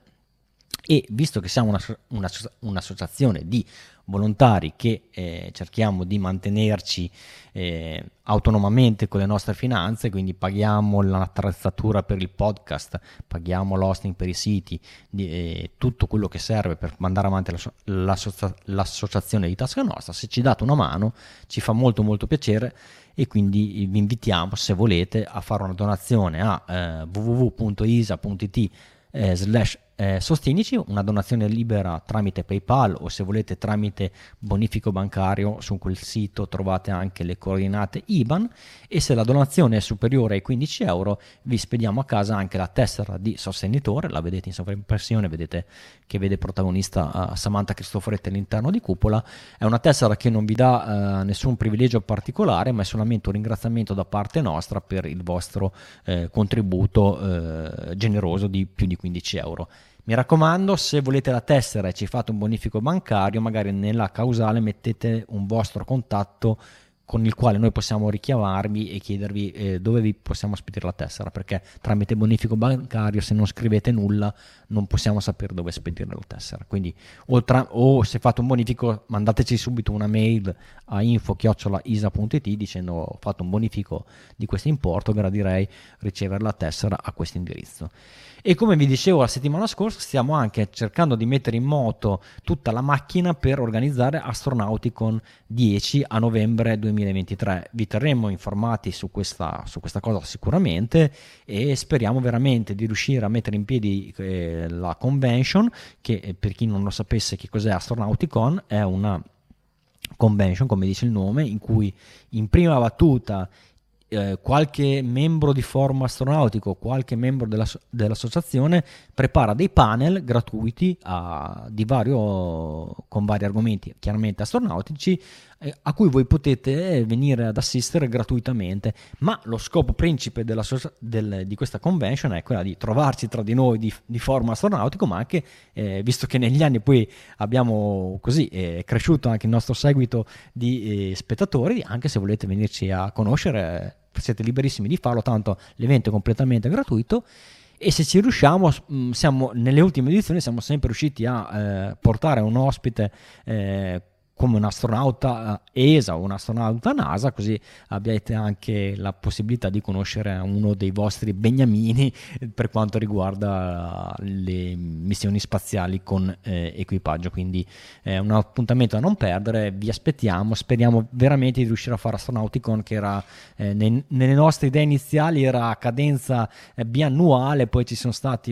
E visto che siamo una, una, un'associazione di volontari che eh, cerchiamo di mantenerci eh, autonomamente con le nostre finanze, quindi paghiamo l'attrezzatura per il podcast, paghiamo l'hosting per i siti, di, eh, tutto quello che serve per mandare avanti l'asso- l'associa- l'associazione di Tasca Nostra, se ci date una mano ci fa molto molto piacere, e quindi vi invitiamo, se volete, a fare una donazione a eh, w w w punto i s a punto i t eh, slash Eh, sostenici, una donazione libera tramite PayPal o se volete tramite bonifico bancario. Su quel sito trovate anche le coordinate I B A N, e se la donazione è superiore ai quindici euro vi spediamo a casa anche la tessera di sostenitore. La vedete in sovraimpressione, vedete che vede protagonista uh, Samantha Cristoforetti all'interno di Cupola. È una tessera che non vi dà uh, nessun privilegio particolare, ma è solamente un ringraziamento da parte nostra per il vostro eh, contributo eh, generoso di più di quindici euro. Mi raccomando, se volete la tessera e ci fate un bonifico bancario, magari nella causale mettete un vostro contatto con il quale noi possiamo richiamarvi e chiedervi eh, dove vi possiamo spedire la tessera, perché tramite bonifico bancario, se non scrivete nulla, non possiamo sapere dove spedire la tessera. Quindi o, tra, o se fate un bonifico, mandateci subito una mail a info chiocciola i s a punto i t dicendo ho fatto un bonifico di questo importo, gradirei ricevere la tessera a questo indirizzo. E come vi dicevo la settimana scorsa, stiamo anche cercando di mettere in moto tutta la macchina per organizzare Astronauticon dieci a novembre duemilaventitré. Vi terremo informati su questa, su questa cosa sicuramente, e speriamo veramente di riuscire a mettere in piedi eh, la convention, che eh, per chi non lo sapesse che cos'è Astronauticon, è una convention, come dice il nome, in cui in prima battuta Eh, qualche membro di forum astronautico, qualche membro della, dell'associazione prepara dei panel gratuiti a, di vario, con vari argomenti chiaramente astronautici, eh, a cui voi potete venire ad assistere gratuitamente. Ma lo scopo principe della, del, di questa convention è quella di trovarci tra di noi di, di forum astronautico, ma anche eh, visto che negli anni poi abbiamo così eh, cresciuto anche il nostro seguito di eh, spettatori, anche se volete venirci a conoscere siete liberissimi di farlo, tanto l'evento è completamente gratuito. E se ci riusciamo, siamo nelle ultime edizioni siamo sempre riusciti a eh, portare un ospite eh, come un astronauta E S A o un astronauta NASA, così abbiate anche la possibilità di conoscere uno dei vostri beniamini per quanto riguarda le missioni spaziali con eh, equipaggio. Quindi è un appuntamento da non perdere, vi aspettiamo, speriamo veramente di riuscire a fare Astronauticon, che era eh, nei, nelle nostre idee iniziali era a cadenza eh, biannuale, poi ci sono stati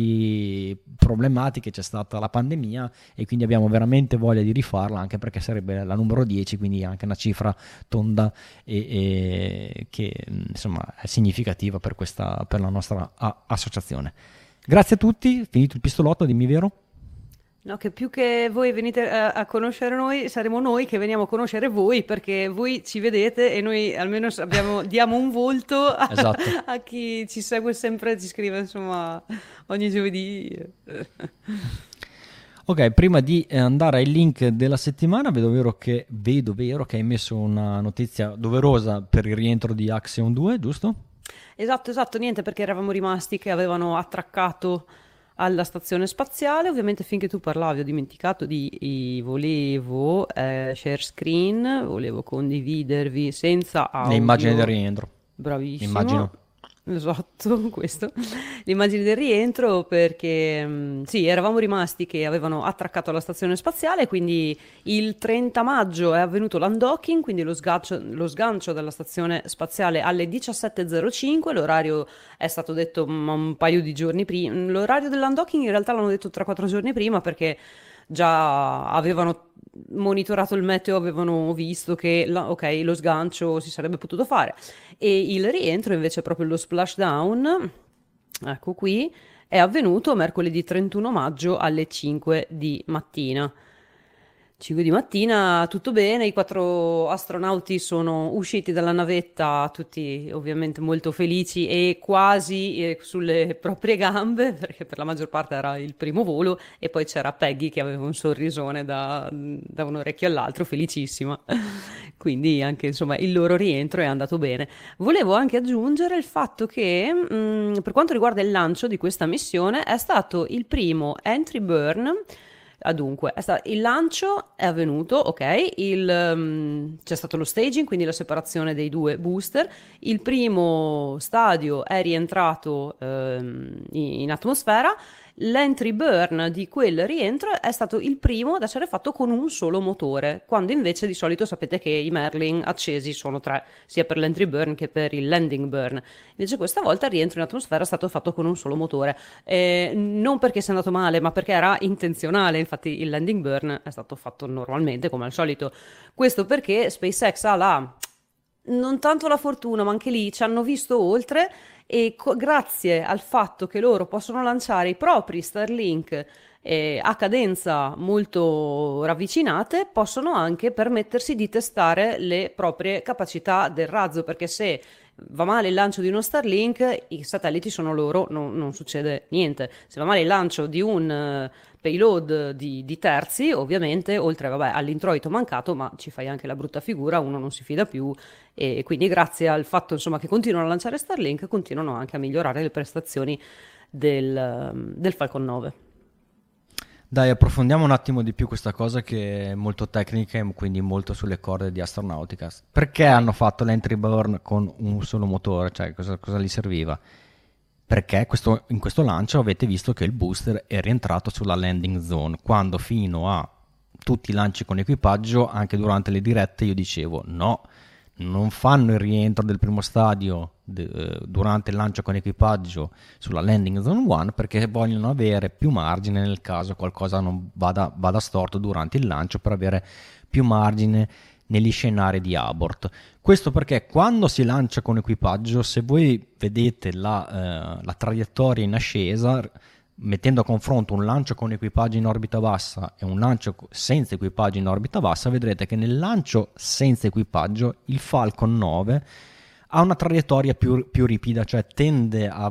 varie problematiche, c'è stata la pandemia e quindi abbiamo veramente voglia di rifarla, anche perché sarebbe la numero dieci, quindi anche una cifra tonda e, e che insomma è significativa per questa, per la nostra a- associazione. Grazie a tutti, finito il pistolotto, dimmi vero? No, che più che voi venite a, a conoscere noi, saremo noi che veniamo a conoscere voi, perché voi ci vedete e noi almeno abbiamo, diamo un volto a, Esatto. a chi ci segue sempre, ci scrive insomma ogni giovedì. Ok, prima di andare ai link della settimana, vedo vero che, vedo vero che hai messo una notizia doverosa per il rientro di Axiom due, giusto? Esatto, esatto, niente, perché eravamo rimasti che avevano attraccato alla stazione spaziale. Ovviamente finché tu parlavi ho dimenticato di i- volevo eh, share screen, volevo condividervi senza audio. Le immagini del rientro. Bravissimo. Immagino. Esatto, questo. L'immagine del rientro, perché mh, sì, eravamo rimasti che avevano attraccato alla stazione spaziale, quindi il trenta maggio è avvenuto l'undocking, quindi lo sgancio, lo sgancio della stazione spaziale alle diciassette e zero cinque, l'orario è stato detto mm, un paio di giorni prima, l'orario dell'undocking in realtà l'hanno detto tre quattro giorni prima, perché già avevano monitorato il meteo, avevano visto che la- ok, lo sgancio si sarebbe potuto fare, e il rientro invece, proprio lo splashdown, ecco qui, è avvenuto mercoledì trentuno maggio alle cinque di mattina. cinque di mattina, tutto bene, i quattro astronauti sono usciti dalla navetta, tutti ovviamente molto felici e quasi eh, sulle proprie gambe, perché per la maggior parte era il primo volo, e poi c'era Peggy che aveva un sorrisone da, da un orecchio all'altro, felicissima. Quindi anche insomma il loro rientro è andato bene. Volevo anche aggiungere il fatto che mh, per quanto riguarda il lancio di questa missione è stato il primo entry burn. Ah, dunque, è sta- il lancio è avvenuto, ok, il, um, c'è stato lo staging, quindi la separazione dei due booster. Il primo stadio è rientrato ehm, in, in atmosfera. L'entry burn di quel rientro è stato il primo ad essere fatto con un solo motore, quando invece di solito sapete che i Merlin accesi sono tre, sia per l'entry burn che per il landing burn. Invece questa volta il rientro in atmosfera è stato fatto con un solo motore. Eh, non perché sia andato male, ma perché era intenzionale. Infatti il landing burn è stato fatto normalmente, come al solito. Questo perché SpaceX ha la non tanto la fortuna, ma anche lì ci hanno visto oltre e co- grazie al fatto che loro possono lanciare i propri Starlink eh, a cadenza molto ravvicinate, possono anche permettersi di testare le proprie capacità del razzo, perché se va male il lancio di uno Starlink, i satelliti sono loro, non, non succede niente. Se va male il lancio di un eh, payload di, di terzi, ovviamente, oltre vabbè, all'introito mancato, ma ci fai anche la brutta figura, uno non si fida più e quindi grazie al fatto insomma, che continuano a lanciare Starlink, continuano anche a migliorare le prestazioni del, del Falcon nove. Dai, approfondiamo un attimo di più questa cosa che è molto tecnica e quindi molto sulle corde di Astronauticast. Perché hanno fatto l'entry burn con un solo motore? Cioè, cosa, cosa gli serviva? Perché questo, in questo lancio avete visto che il booster è rientrato sulla landing zone, quando fino a tutti i lanci con equipaggio, anche durante le dirette, io dicevo no, non fanno il rientro del primo stadio de, durante il lancio con equipaggio sulla landing zone uno perché vogliono avere più margine nel caso qualcosa non vada, vada storto durante il lancio, per avere più margine negli scenari di abort. Questo perché quando si lancia con equipaggio, se voi vedete la, eh, la traiettoria in ascesa, mettendo a confronto un lancio con equipaggio in orbita bassa e un lancio senza equipaggio in orbita bassa, vedrete che nel lancio senza equipaggio il Falcon nove ha una traiettoria più, più ripida, cioè tende a,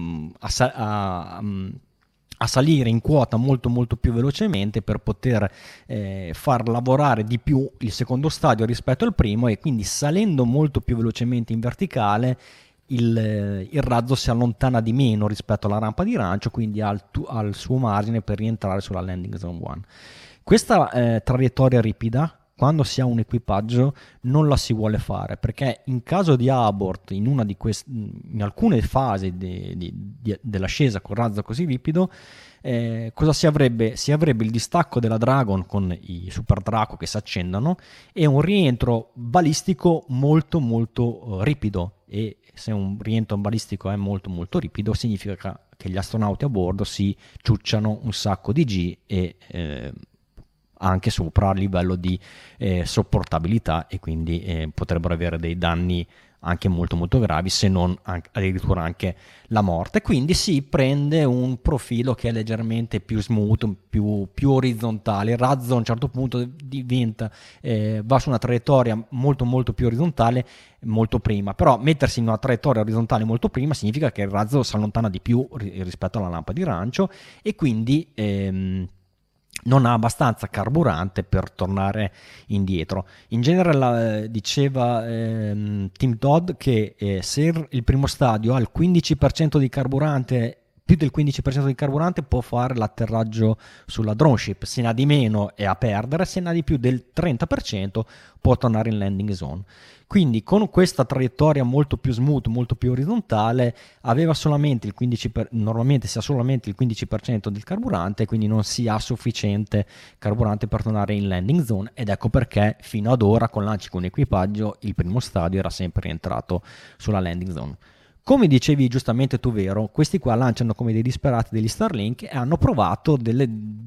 a, a, a salire in quota molto molto più velocemente per poter eh, far lavorare di più il secondo stadio rispetto al primo, e quindi salendo molto più velocemente in verticale Il, il razzo si allontana di meno rispetto alla rampa di lancio, quindi ha il, ha il suo margine per rientrare sulla landing zone uno. Questa eh, traiettoria ripida, quando si ha un equipaggio, non la si vuole fare, perché in caso di abort, in, una di quest- in alcune fasi de- de- de- dell'ascesa con razzo così ripido, eh, cosa si avrebbe? Si avrebbe il distacco della Dragon con i Super Draco che si accendono e un rientro balistico molto molto uh, ripido, e se un rientro balistico è molto molto ripido significa che gli astronauti a bordo si ciucciano un sacco di G e eh, anche sopra a livello di eh, sopportabilità, e quindi eh, potrebbero avere dei danni anche molto molto gravi, se non anche, addirittura anche la morte. Quindi si prende un profilo che è leggermente più smooth, più, più orizzontale. Il razzo a un certo punto diventa eh, va su una traiettoria molto molto più orizzontale molto prima, però mettersi in una traiettoria orizzontale molto prima significa che il razzo si allontana di più rispetto alla lampada di rancio, e quindi ehm, non ha abbastanza carburante per tornare indietro. In genere la, diceva ehm, Tim Todd che eh, se il primo stadio ha il quindici per cento di carburante, più del quindici per cento di carburante, può fare l'atterraggio sulla drone ship, se ne ha di meno è a perdere, se ne ha di più del trenta per cento può tornare in landing zone. Quindi con questa traiettoria molto più smooth, molto più orizzontale, aveva solamente il quindici per cento, normalmente si ha solamente il quindici per cento del carburante, quindi non si ha sufficiente carburante per tornare in landing zone, ed ecco perché fino ad ora con lanci con equipaggio il primo stadio era sempre rientrato sulla landing zone. Come dicevi giustamente tu, vero, questi qua lanciano come dei disperati degli Starlink e hanno provato delle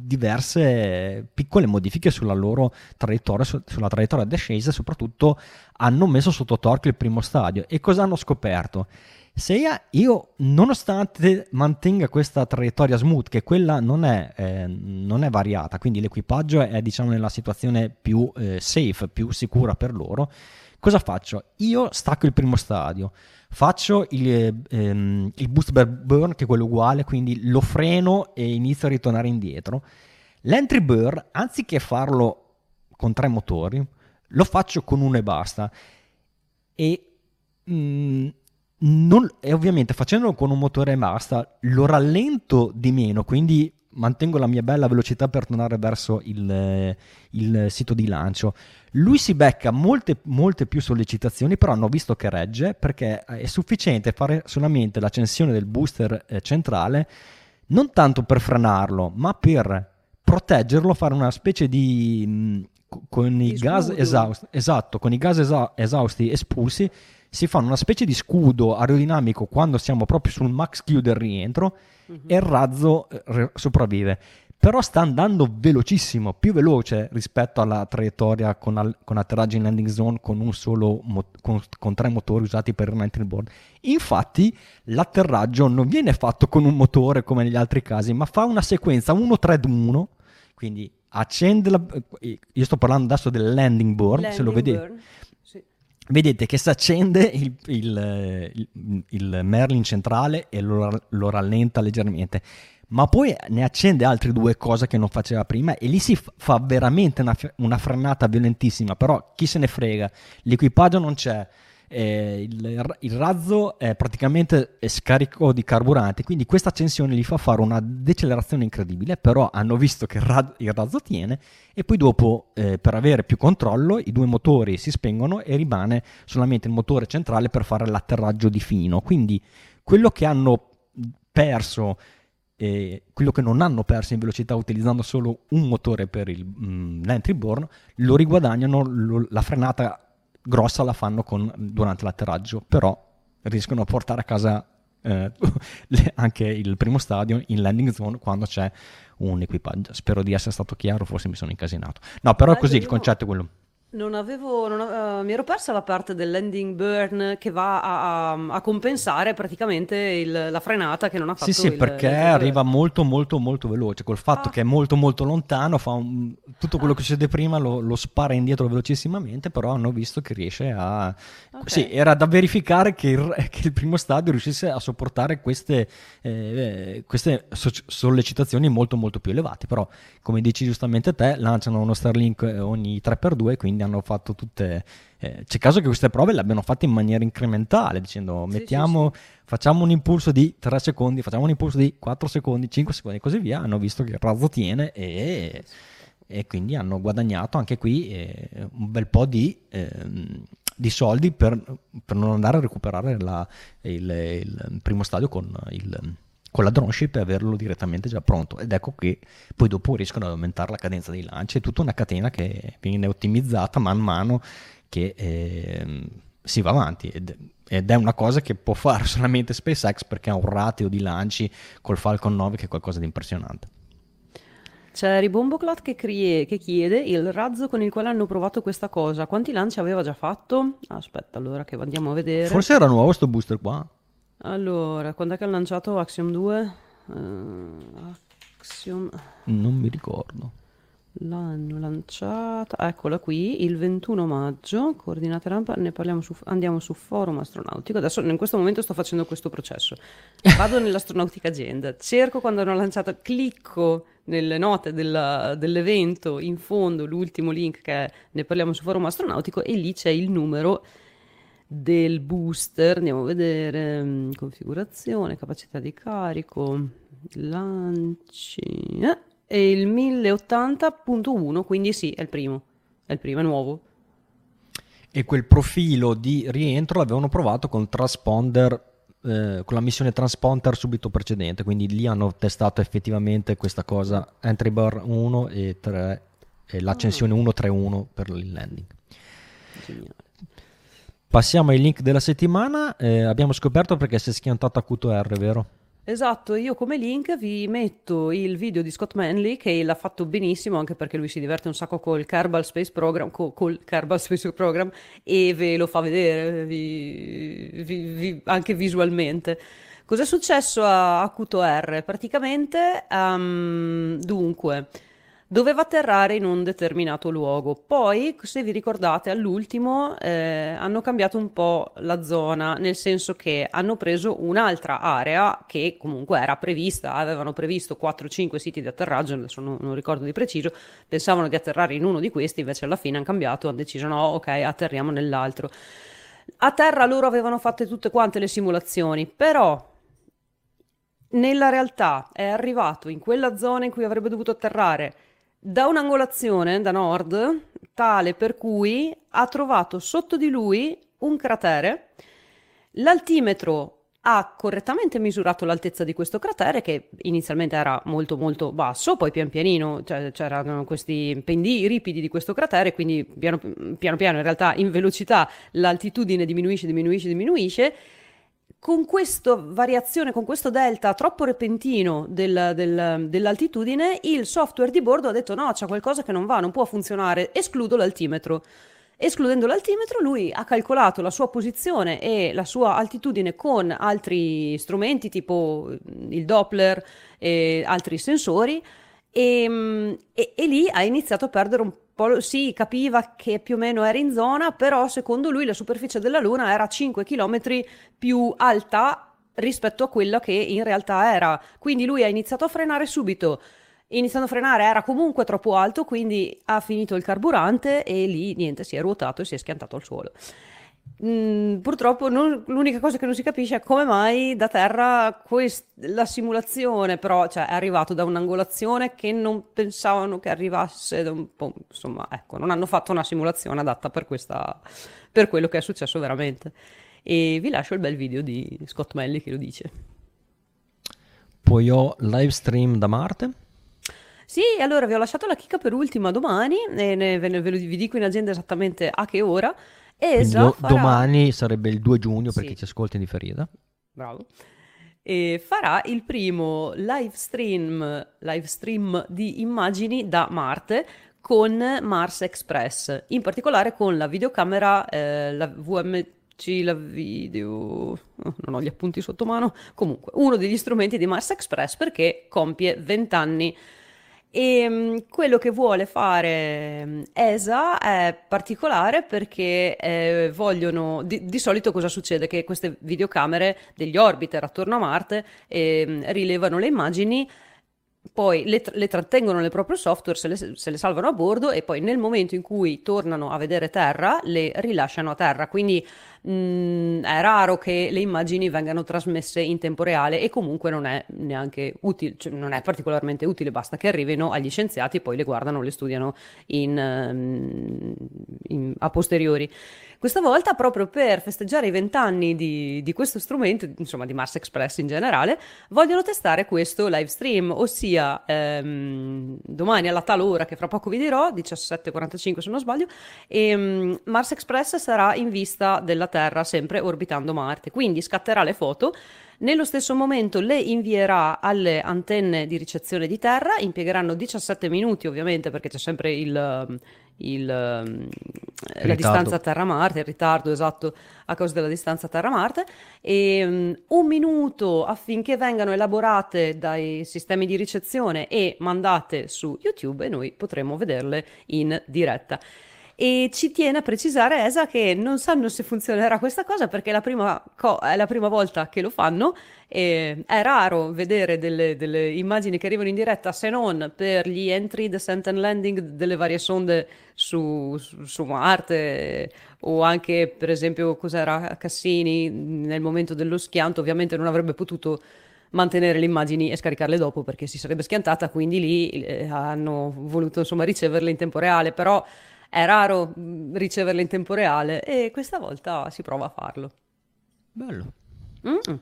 diverse piccole modifiche sulla loro traiettoria, su- sulla traiettoria d'ascesa, e soprattutto hanno messo sotto torchio il primo stadio. E cosa hanno scoperto? Se io, io, nonostante mantenga questa traiettoria smooth, che quella non è, eh, non è variata, quindi l'equipaggio è, diciamo, nella situazione più eh, safe, più sicura per loro, cosa faccio? Io stacco il primo stadio, faccio il, ehm, il boost burn, che è quello uguale, quindi lo freno e inizio a ritornare indietro. L'entry burn, anziché farlo con tre motori, lo faccio con uno e basta. E... Mm, non, e ovviamente facendolo con un motore e basta lo rallento di meno, quindi mantengo la mia bella velocità per tornare verso il, il sito di lancio. Lui si becca molte, molte più sollecitazioni, però hanno visto che regge, perché è sufficiente fare solamente l'accensione del booster eh, centrale, non tanto per frenarlo, ma per proteggerlo, fare una specie di mh, con i Di gas scudo. esausti, esatto, con i gas esa- esausti espulsi si fa una specie di scudo aerodinamico quando siamo proprio sul max Q del rientro, Mhm. e il razzo eh, sopravvive. Però sta andando velocissimo, più veloce rispetto alla traiettoria con, al- con atterraggio in landing zone con un solo mo- con, con tre motori usati per il entry board. Infatti l'atterraggio non viene fatto con un motore come negli altri casi, ma fa una sequenza uno tre uno, quindi accende la, io sto parlando adesso del landing board, se lo Landing vedete. burn. Sì. Vedete che si accende il, il, il, il Merlin centrale e lo, lo rallenta leggermente, ma poi ne accende altri due, cose che non faceva prima, e lì si f- fa veramente una, una frenata violentissima. Però chi se ne frega, l'equipaggio non c'è, eh, il, il razzo è praticamente scarico di carburante, quindi questa accensione gli fa fare una decelerazione incredibile. Però hanno visto che il, ra- il razzo tiene, e poi dopo eh, per avere più controllo i due motori si spengono e rimane solamente il motore centrale per fare l'atterraggio di fino. Quindi quello che hanno perso, eh, quello che non hanno perso in velocità utilizzando solo un motore per il, mm, l'entry burn, lo riguadagnano, lo- la frenata grossa la fanno con, durante l'atterraggio, però riescono a portare a casa eh, le- anche il primo stadio in landing zone quando c'è un equipaggio. Spero di essere stato chiaro, forse mi sono incasinato. No, però è Bello, così, il io concetto è quello. non avevo, non ave- eh, mi ero persa la parte del landing burn che va a, a- a compensare praticamente il- la frenata che non ha Sì, fatto sì, il, perché l'entry burn. arriva molto molto molto veloce, col fatto Ah, che è molto molto lontano, fa un- tutto quello ah, che succede prima lo, lo spara indietro velocissimamente, però hanno visto che riesce a... Sì, ok. era da verificare che il, che il primo stadio riuscisse a sopportare queste, eh, queste so- sollecitazioni molto molto più elevate. Però, come dici giustamente te, lanciano uno Starlink ogni tre per due, quindi hanno fatto tutte... eh, c'è caso che queste prove le abbiano fatte in maniera incrementale, dicendo Sì, sì, mettiamo, sì. facciamo un impulso di tre secondi, facciamo un impulso di quattro secondi, cinque secondi e così via. Hanno visto che il razzo tiene, e, e quindi hanno guadagnato anche qui eh, un bel po' di, ehm, di soldi per, per non andare a recuperare la- il, il primo stadio con, il, con la drone ship e averlo direttamente già pronto. Ed ecco che poi dopo riescono ad aumentare la cadenza dei lanci. È tutta una catena che viene ottimizzata man mano che ehm, si va avanti, ed, ed è una cosa che può fare solamente SpaceX, perché ha un ratio di lanci col Falcon nove che è qualcosa di impressionante. C'è Ribomboclat che, crie- che chiede il razzo con il quale hanno provato questa cosa. Quanti lanci aveva già fatto? Aspetta, allora che andiamo a vedere. Forse era nuovo sto booster qua. Allora, quando è che ha lanciato Axiom due? Eh, Axiom... Non mi ricordo. L'hanno lanciata, eccola qui, il ventuno maggio, coordinate rampa, ne parliamo su, andiamo su forum astronautico. Adesso in questo momento sto facendo questo processo. Vado nell'Astronautica Agenda, cerco quando hanno lanciato, clicco nelle note della- dell'evento, in fondo l'ultimo link che è ne parliamo su forum astronautico, e lì c'è il numero del booster. Andiamo a vedere, mm, configurazione, capacità di carico, lanci, eh, e il mille ottanta punto uno, quindi sì, è il primo, è il primo, è nuovo. E quel profilo di rientro l'avevano provato con transponder, eh, con la missione transponder subito precedente, quindi lì hanno testato effettivamente questa cosa, entry bar uno e tre, e Ah, l'accensione uno tre uno per il landing. geniale. Passiamo ai link della settimana. Eh, abbiamo scoperto perché si è schiantata Q T R, vero? Esatto, io come link vi metto il video di Scott Manley che l'ha fatto benissimo, anche perché lui si diverte un sacco col Kerbal Space Program, co- col Kerbal Space Program, e ve lo fa vedere vi- vi- vi- anche visualmente. Cos'è successo a, a Q T R? Praticamente, ehm, dunque, doveva atterrare in un determinato luogo. Poi, se vi ricordate, all'ultimo eh, hanno cambiato un po' la zona, nel senso che hanno preso un'altra area che comunque era prevista, avevano previsto quattro cinque siti di atterraggio, adesso non, non ricordo di preciso, pensavano di atterrare in uno di questi, invece alla fine hanno cambiato, hanno deciso no, ok, atterriamo nell'altro. A terra loro avevano fatte tutte quante le simulazioni, però nella realtà è arrivato in quella zona in cui avrebbe dovuto atterrare da un'angolazione da nord, tale per cui ha trovato sotto di lui un cratere. L'altimetro ha correttamente misurato l'altezza di questo cratere, che inizialmente era molto molto basso, poi pian pianino cioè, c'erano questi pendii ripidi di questo cratere, quindi piano piano, piano in realtà in velocità l'altitudine diminuisce, diminuisce, diminuisce. Con questa variazione, con questo delta troppo repentino del- del- dell'altitudine, il software di bordo ha detto no, c'è qualcosa che non va, non può funzionare, escludo l'altimetro. Escludendo l'altimetro, lui ha calcolato la sua posizione e la sua altitudine con altri strumenti tipo il Doppler e altri sensori e, mm, e- e lì ha iniziato a perdere un po'. Sì, capiva che più o meno era in zona, però secondo lui la superficie della Luna era cinque chilometri più alta rispetto a quella che in realtà era. Quindi lui ha iniziato a frenare subito. Iniziando a frenare era comunque troppo alto, quindi ha finito il carburante e lì niente, si è ruotato e si è schiantato al suolo. Mm, purtroppo non- l'unica cosa che non si capisce è come mai da terra quest- la simulazione però cioè, è arrivato da un'angolazione che non pensavano che arrivasse da un po', insomma, ecco, non hanno fatto una simulazione adatta per questa, per quello che è successo veramente. E vi lascio il bel video di Scott Manley che lo dice. Poi ho live stream da Marte. Sì, allora vi ho lasciato la chicca per ultima domani e ne- ve, ne- ve lo vi dico in agenda esattamente a che ora. Quindi Esa do- farà... domani sarebbe il due giugno per Sì. chi ci ascolta in differita. Bravo. E farà il primo live stream, live stream di immagini da Marte con Mars Express, in particolare con la videocamera, eh, la V M C, la video... oh, non ho gli appunti sotto mano, comunque uno degli strumenti di Mars Express perché compie venti anni. E mh, quello che vuole fare mh, E S A è particolare perché eh, vogliono, di, di solito cosa succede? Che queste videocamere degli orbiter attorno a Marte ehm, rilevano le immagini, poi le, tra- le trattengono nel proprio software, se le, se le salvano a bordo e poi nel momento in cui tornano a vedere Terra le rilasciano a Terra. Quindi mh, è raro che le immagini vengano trasmesse in tempo reale e comunque non è neanche utile, cioè non è particolarmente utile, basta che arrivino agli scienziati e poi le guardano, le studiano in, ehm, in- a posteriori. Questa volta, proprio per festeggiare i vent'anni di, di questo strumento, insomma di Mars Express in generale, vogliono testare questo live stream, ossia ehm, domani alla tal ora, che fra poco vi dirò, diciassette e quarantacinque se non sbaglio, ehm, Mars Express sarà in vista della Terra, sempre orbitando Marte, quindi scatterà le foto. Nello stesso momento le invierà alle antenne di ricezione di Terra, impiegheranno diciassette minuti ovviamente perché c'è sempre il, il, ehm, la Ritardo. distanza Terra-Marte, il ritardo esatto a causa della distanza Terra-Marte, e um, un minuto affinché vengano elaborate dai sistemi di ricezione e mandate su YouTube e noi potremo vederle in diretta. E ci tiene a precisare E S A che non sanno se funzionerà questa cosa perché è la prima, co- è la prima volta che lo fanno e è raro vedere delle, delle immagini che arrivano in diretta se non per gli entry, descent and landing delle varie sonde su, su, su Marte o anche per esempio cos'era Cassini nel momento dello schianto ovviamente non avrebbe potuto mantenere le immagini e scaricarle dopo perché si sarebbe schiantata, quindi lì eh, hanno voluto insomma riceverle in tempo reale, però è raro mh, riceverle in tempo reale e questa volta si prova a farlo. Bello. Mm.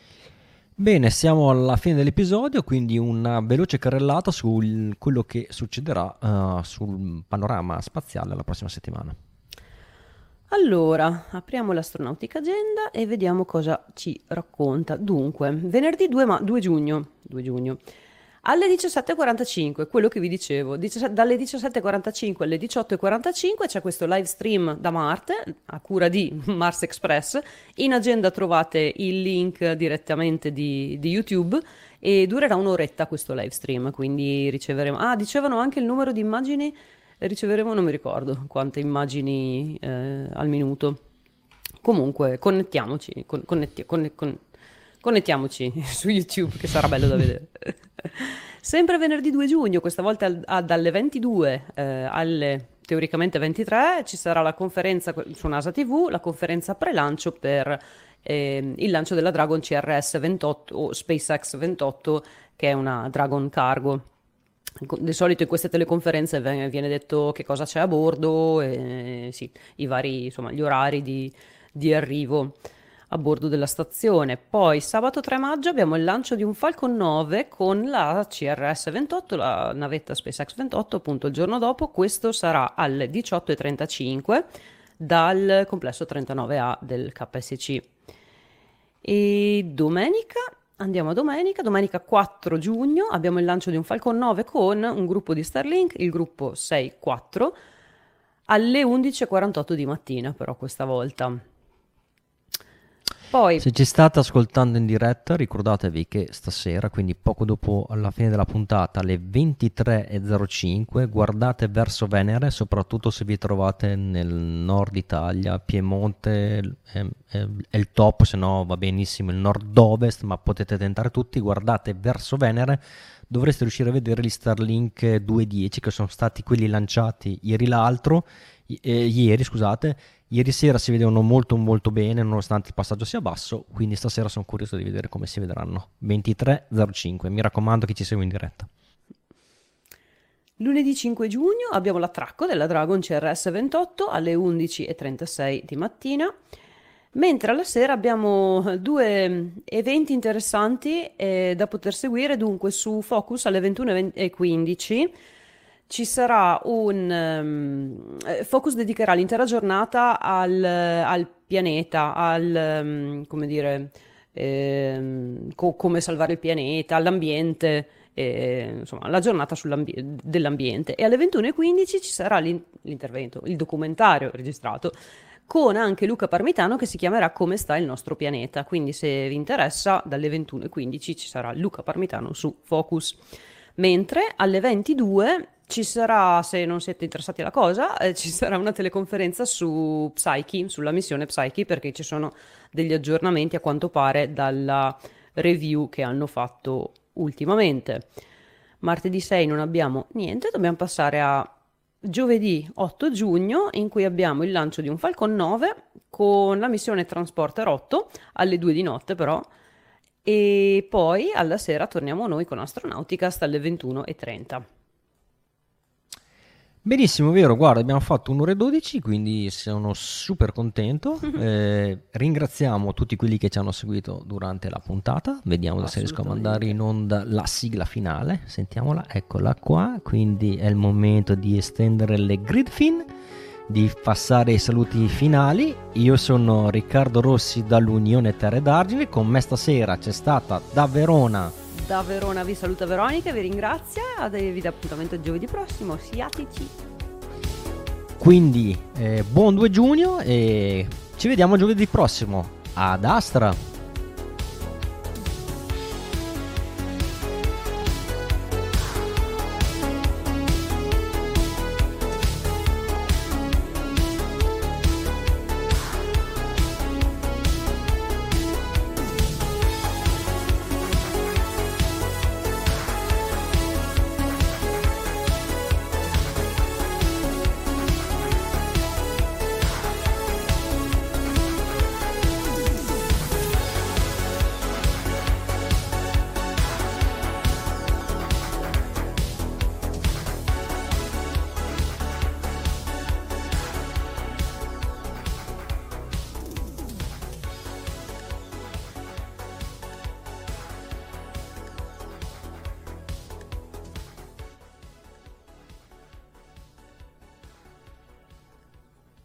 Bene, siamo alla fine dell'episodio, quindi una veloce carrellata su quello che succederà uh, sul panorama spaziale la prossima settimana. Allora, apriamo l'Astronautica Agenda e vediamo cosa ci racconta. Dunque, venerdì due, ma- due giugno, due giugno, alle diciassette e quarantacinque, quello che vi dicevo, dici- dalle diciassette e quarantacinque alle diciotto e quarantacinque c'è questo live stream da Marte, a cura di Mars Express. In agenda trovate il link direttamente di, di YouTube e durerà un'oretta questo live stream, quindi riceveremo... Ah, dicevano anche il numero di immagini, riceveremo, non mi ricordo quante immagini eh, al minuto. Comunque, connettiamoci, con- connetti- conne- con- connettiamoci su YouTube, che sarà bello da vedere. Sempre venerdì due giugno, questa volta al- a- dalle ventidue eh, alle teoricamente ventitré, ci sarà la conferenza que- su NASA T V, la conferenza pre-lancio per ehm, il lancio della Dragon C R S ventotto o SpaceX ventotto, che è una Dragon Cargo. Di solito in queste teleconferenze ve- viene detto che cosa c'è a bordo e sì, i vari, insomma, gli orari di, di arrivo a bordo della stazione. Poi sabato tre maggio abbiamo il lancio di un Falcon nove con la C R S ventotto, la navetta SpaceX ventotto, appunto il giorno dopo. Questo sarà alle diciotto e trentacinque dal complesso trentanove A del K S C. E domenica, andiamo a domenica, domenica quattro giugno, abbiamo il lancio di un Falcon nove con un gruppo di Starlink, il gruppo sei quattro, alle undici e quarantotto di mattina però questa volta. Poi, Se ci state ascoltando in diretta, ricordatevi che stasera, quindi poco dopo la fine della puntata, alle ventitré e zero cinque, guardate verso Venere, soprattutto se vi trovate nel nord Italia, Piemonte è, è, è il top, se no va benissimo il nord-ovest, ma potete tentare tutti, guardate verso Venere, dovreste riuscire a vedere gli Starlink due dieci che sono stati quelli lanciati ieri l'altro, eh, ieri scusate, Ieri sera si vedevano molto molto bene nonostante il passaggio sia basso, quindi stasera sono curioso di vedere come si vedranno. ventitré e zero cinque, mi raccomando chi ci segue in diretta. lunedì cinque giugno abbiamo l'attracco della Dragon C R S ventotto alle undici e trentasei di mattina, mentre alla sera abbiamo due eventi interessanti eh, da poter seguire. Dunque su Focus alle ventuno e quindici ci sarà un um, Focus dedicherà l'intera giornata al, al pianeta, al um, come dire, eh, co- come salvare il pianeta, all'ambiente, eh, insomma, la giornata dell'ambiente. E alle ventuno e quindici ci sarà l'in- l'intervento, il documentario registrato con anche Luca Parmitano che si chiamerà Come sta il nostro pianeta. Quindi se vi interessa, dalle ventuno e quindici ci sarà Luca Parmitano su Focus. Mentre alle ventidue ci sarà, se non siete interessati alla cosa, eh, ci sarà una teleconferenza su Psyche, sulla missione Psyche, perché ci sono degli aggiornamenti a quanto pare dalla review che hanno fatto ultimamente. Martedì sei non abbiamo niente, dobbiamo passare a giovedì otto giugno, in cui abbiamo il lancio di un Falcon nove con la missione Transporter otto alle due di notte però, e poi alla sera torniamo noi con Astronauticast alle ventuno e trenta. Benissimo, vero, guarda, abbiamo fatto un'ora e dodici, quindi sono super contento. Eh, ringraziamo tutti quelli che ci hanno seguito durante la puntata. Vediamo se riesco a mandare in onda la sigla finale. Sentiamola, eccola qua. Quindi è il momento di estendere le grid fin, di passare ai saluti finali. Io sono Riccardo Rossi dall'Unione Terre d'Argine. Con me stasera c'è stata da Verona. Da Verona vi saluta Veronica, vi ringrazia e vi dà appuntamento giovedì prossimo. Siateci. Quindi eh, buon due giugno e ci vediamo giovedì prossimo. Ad Astra.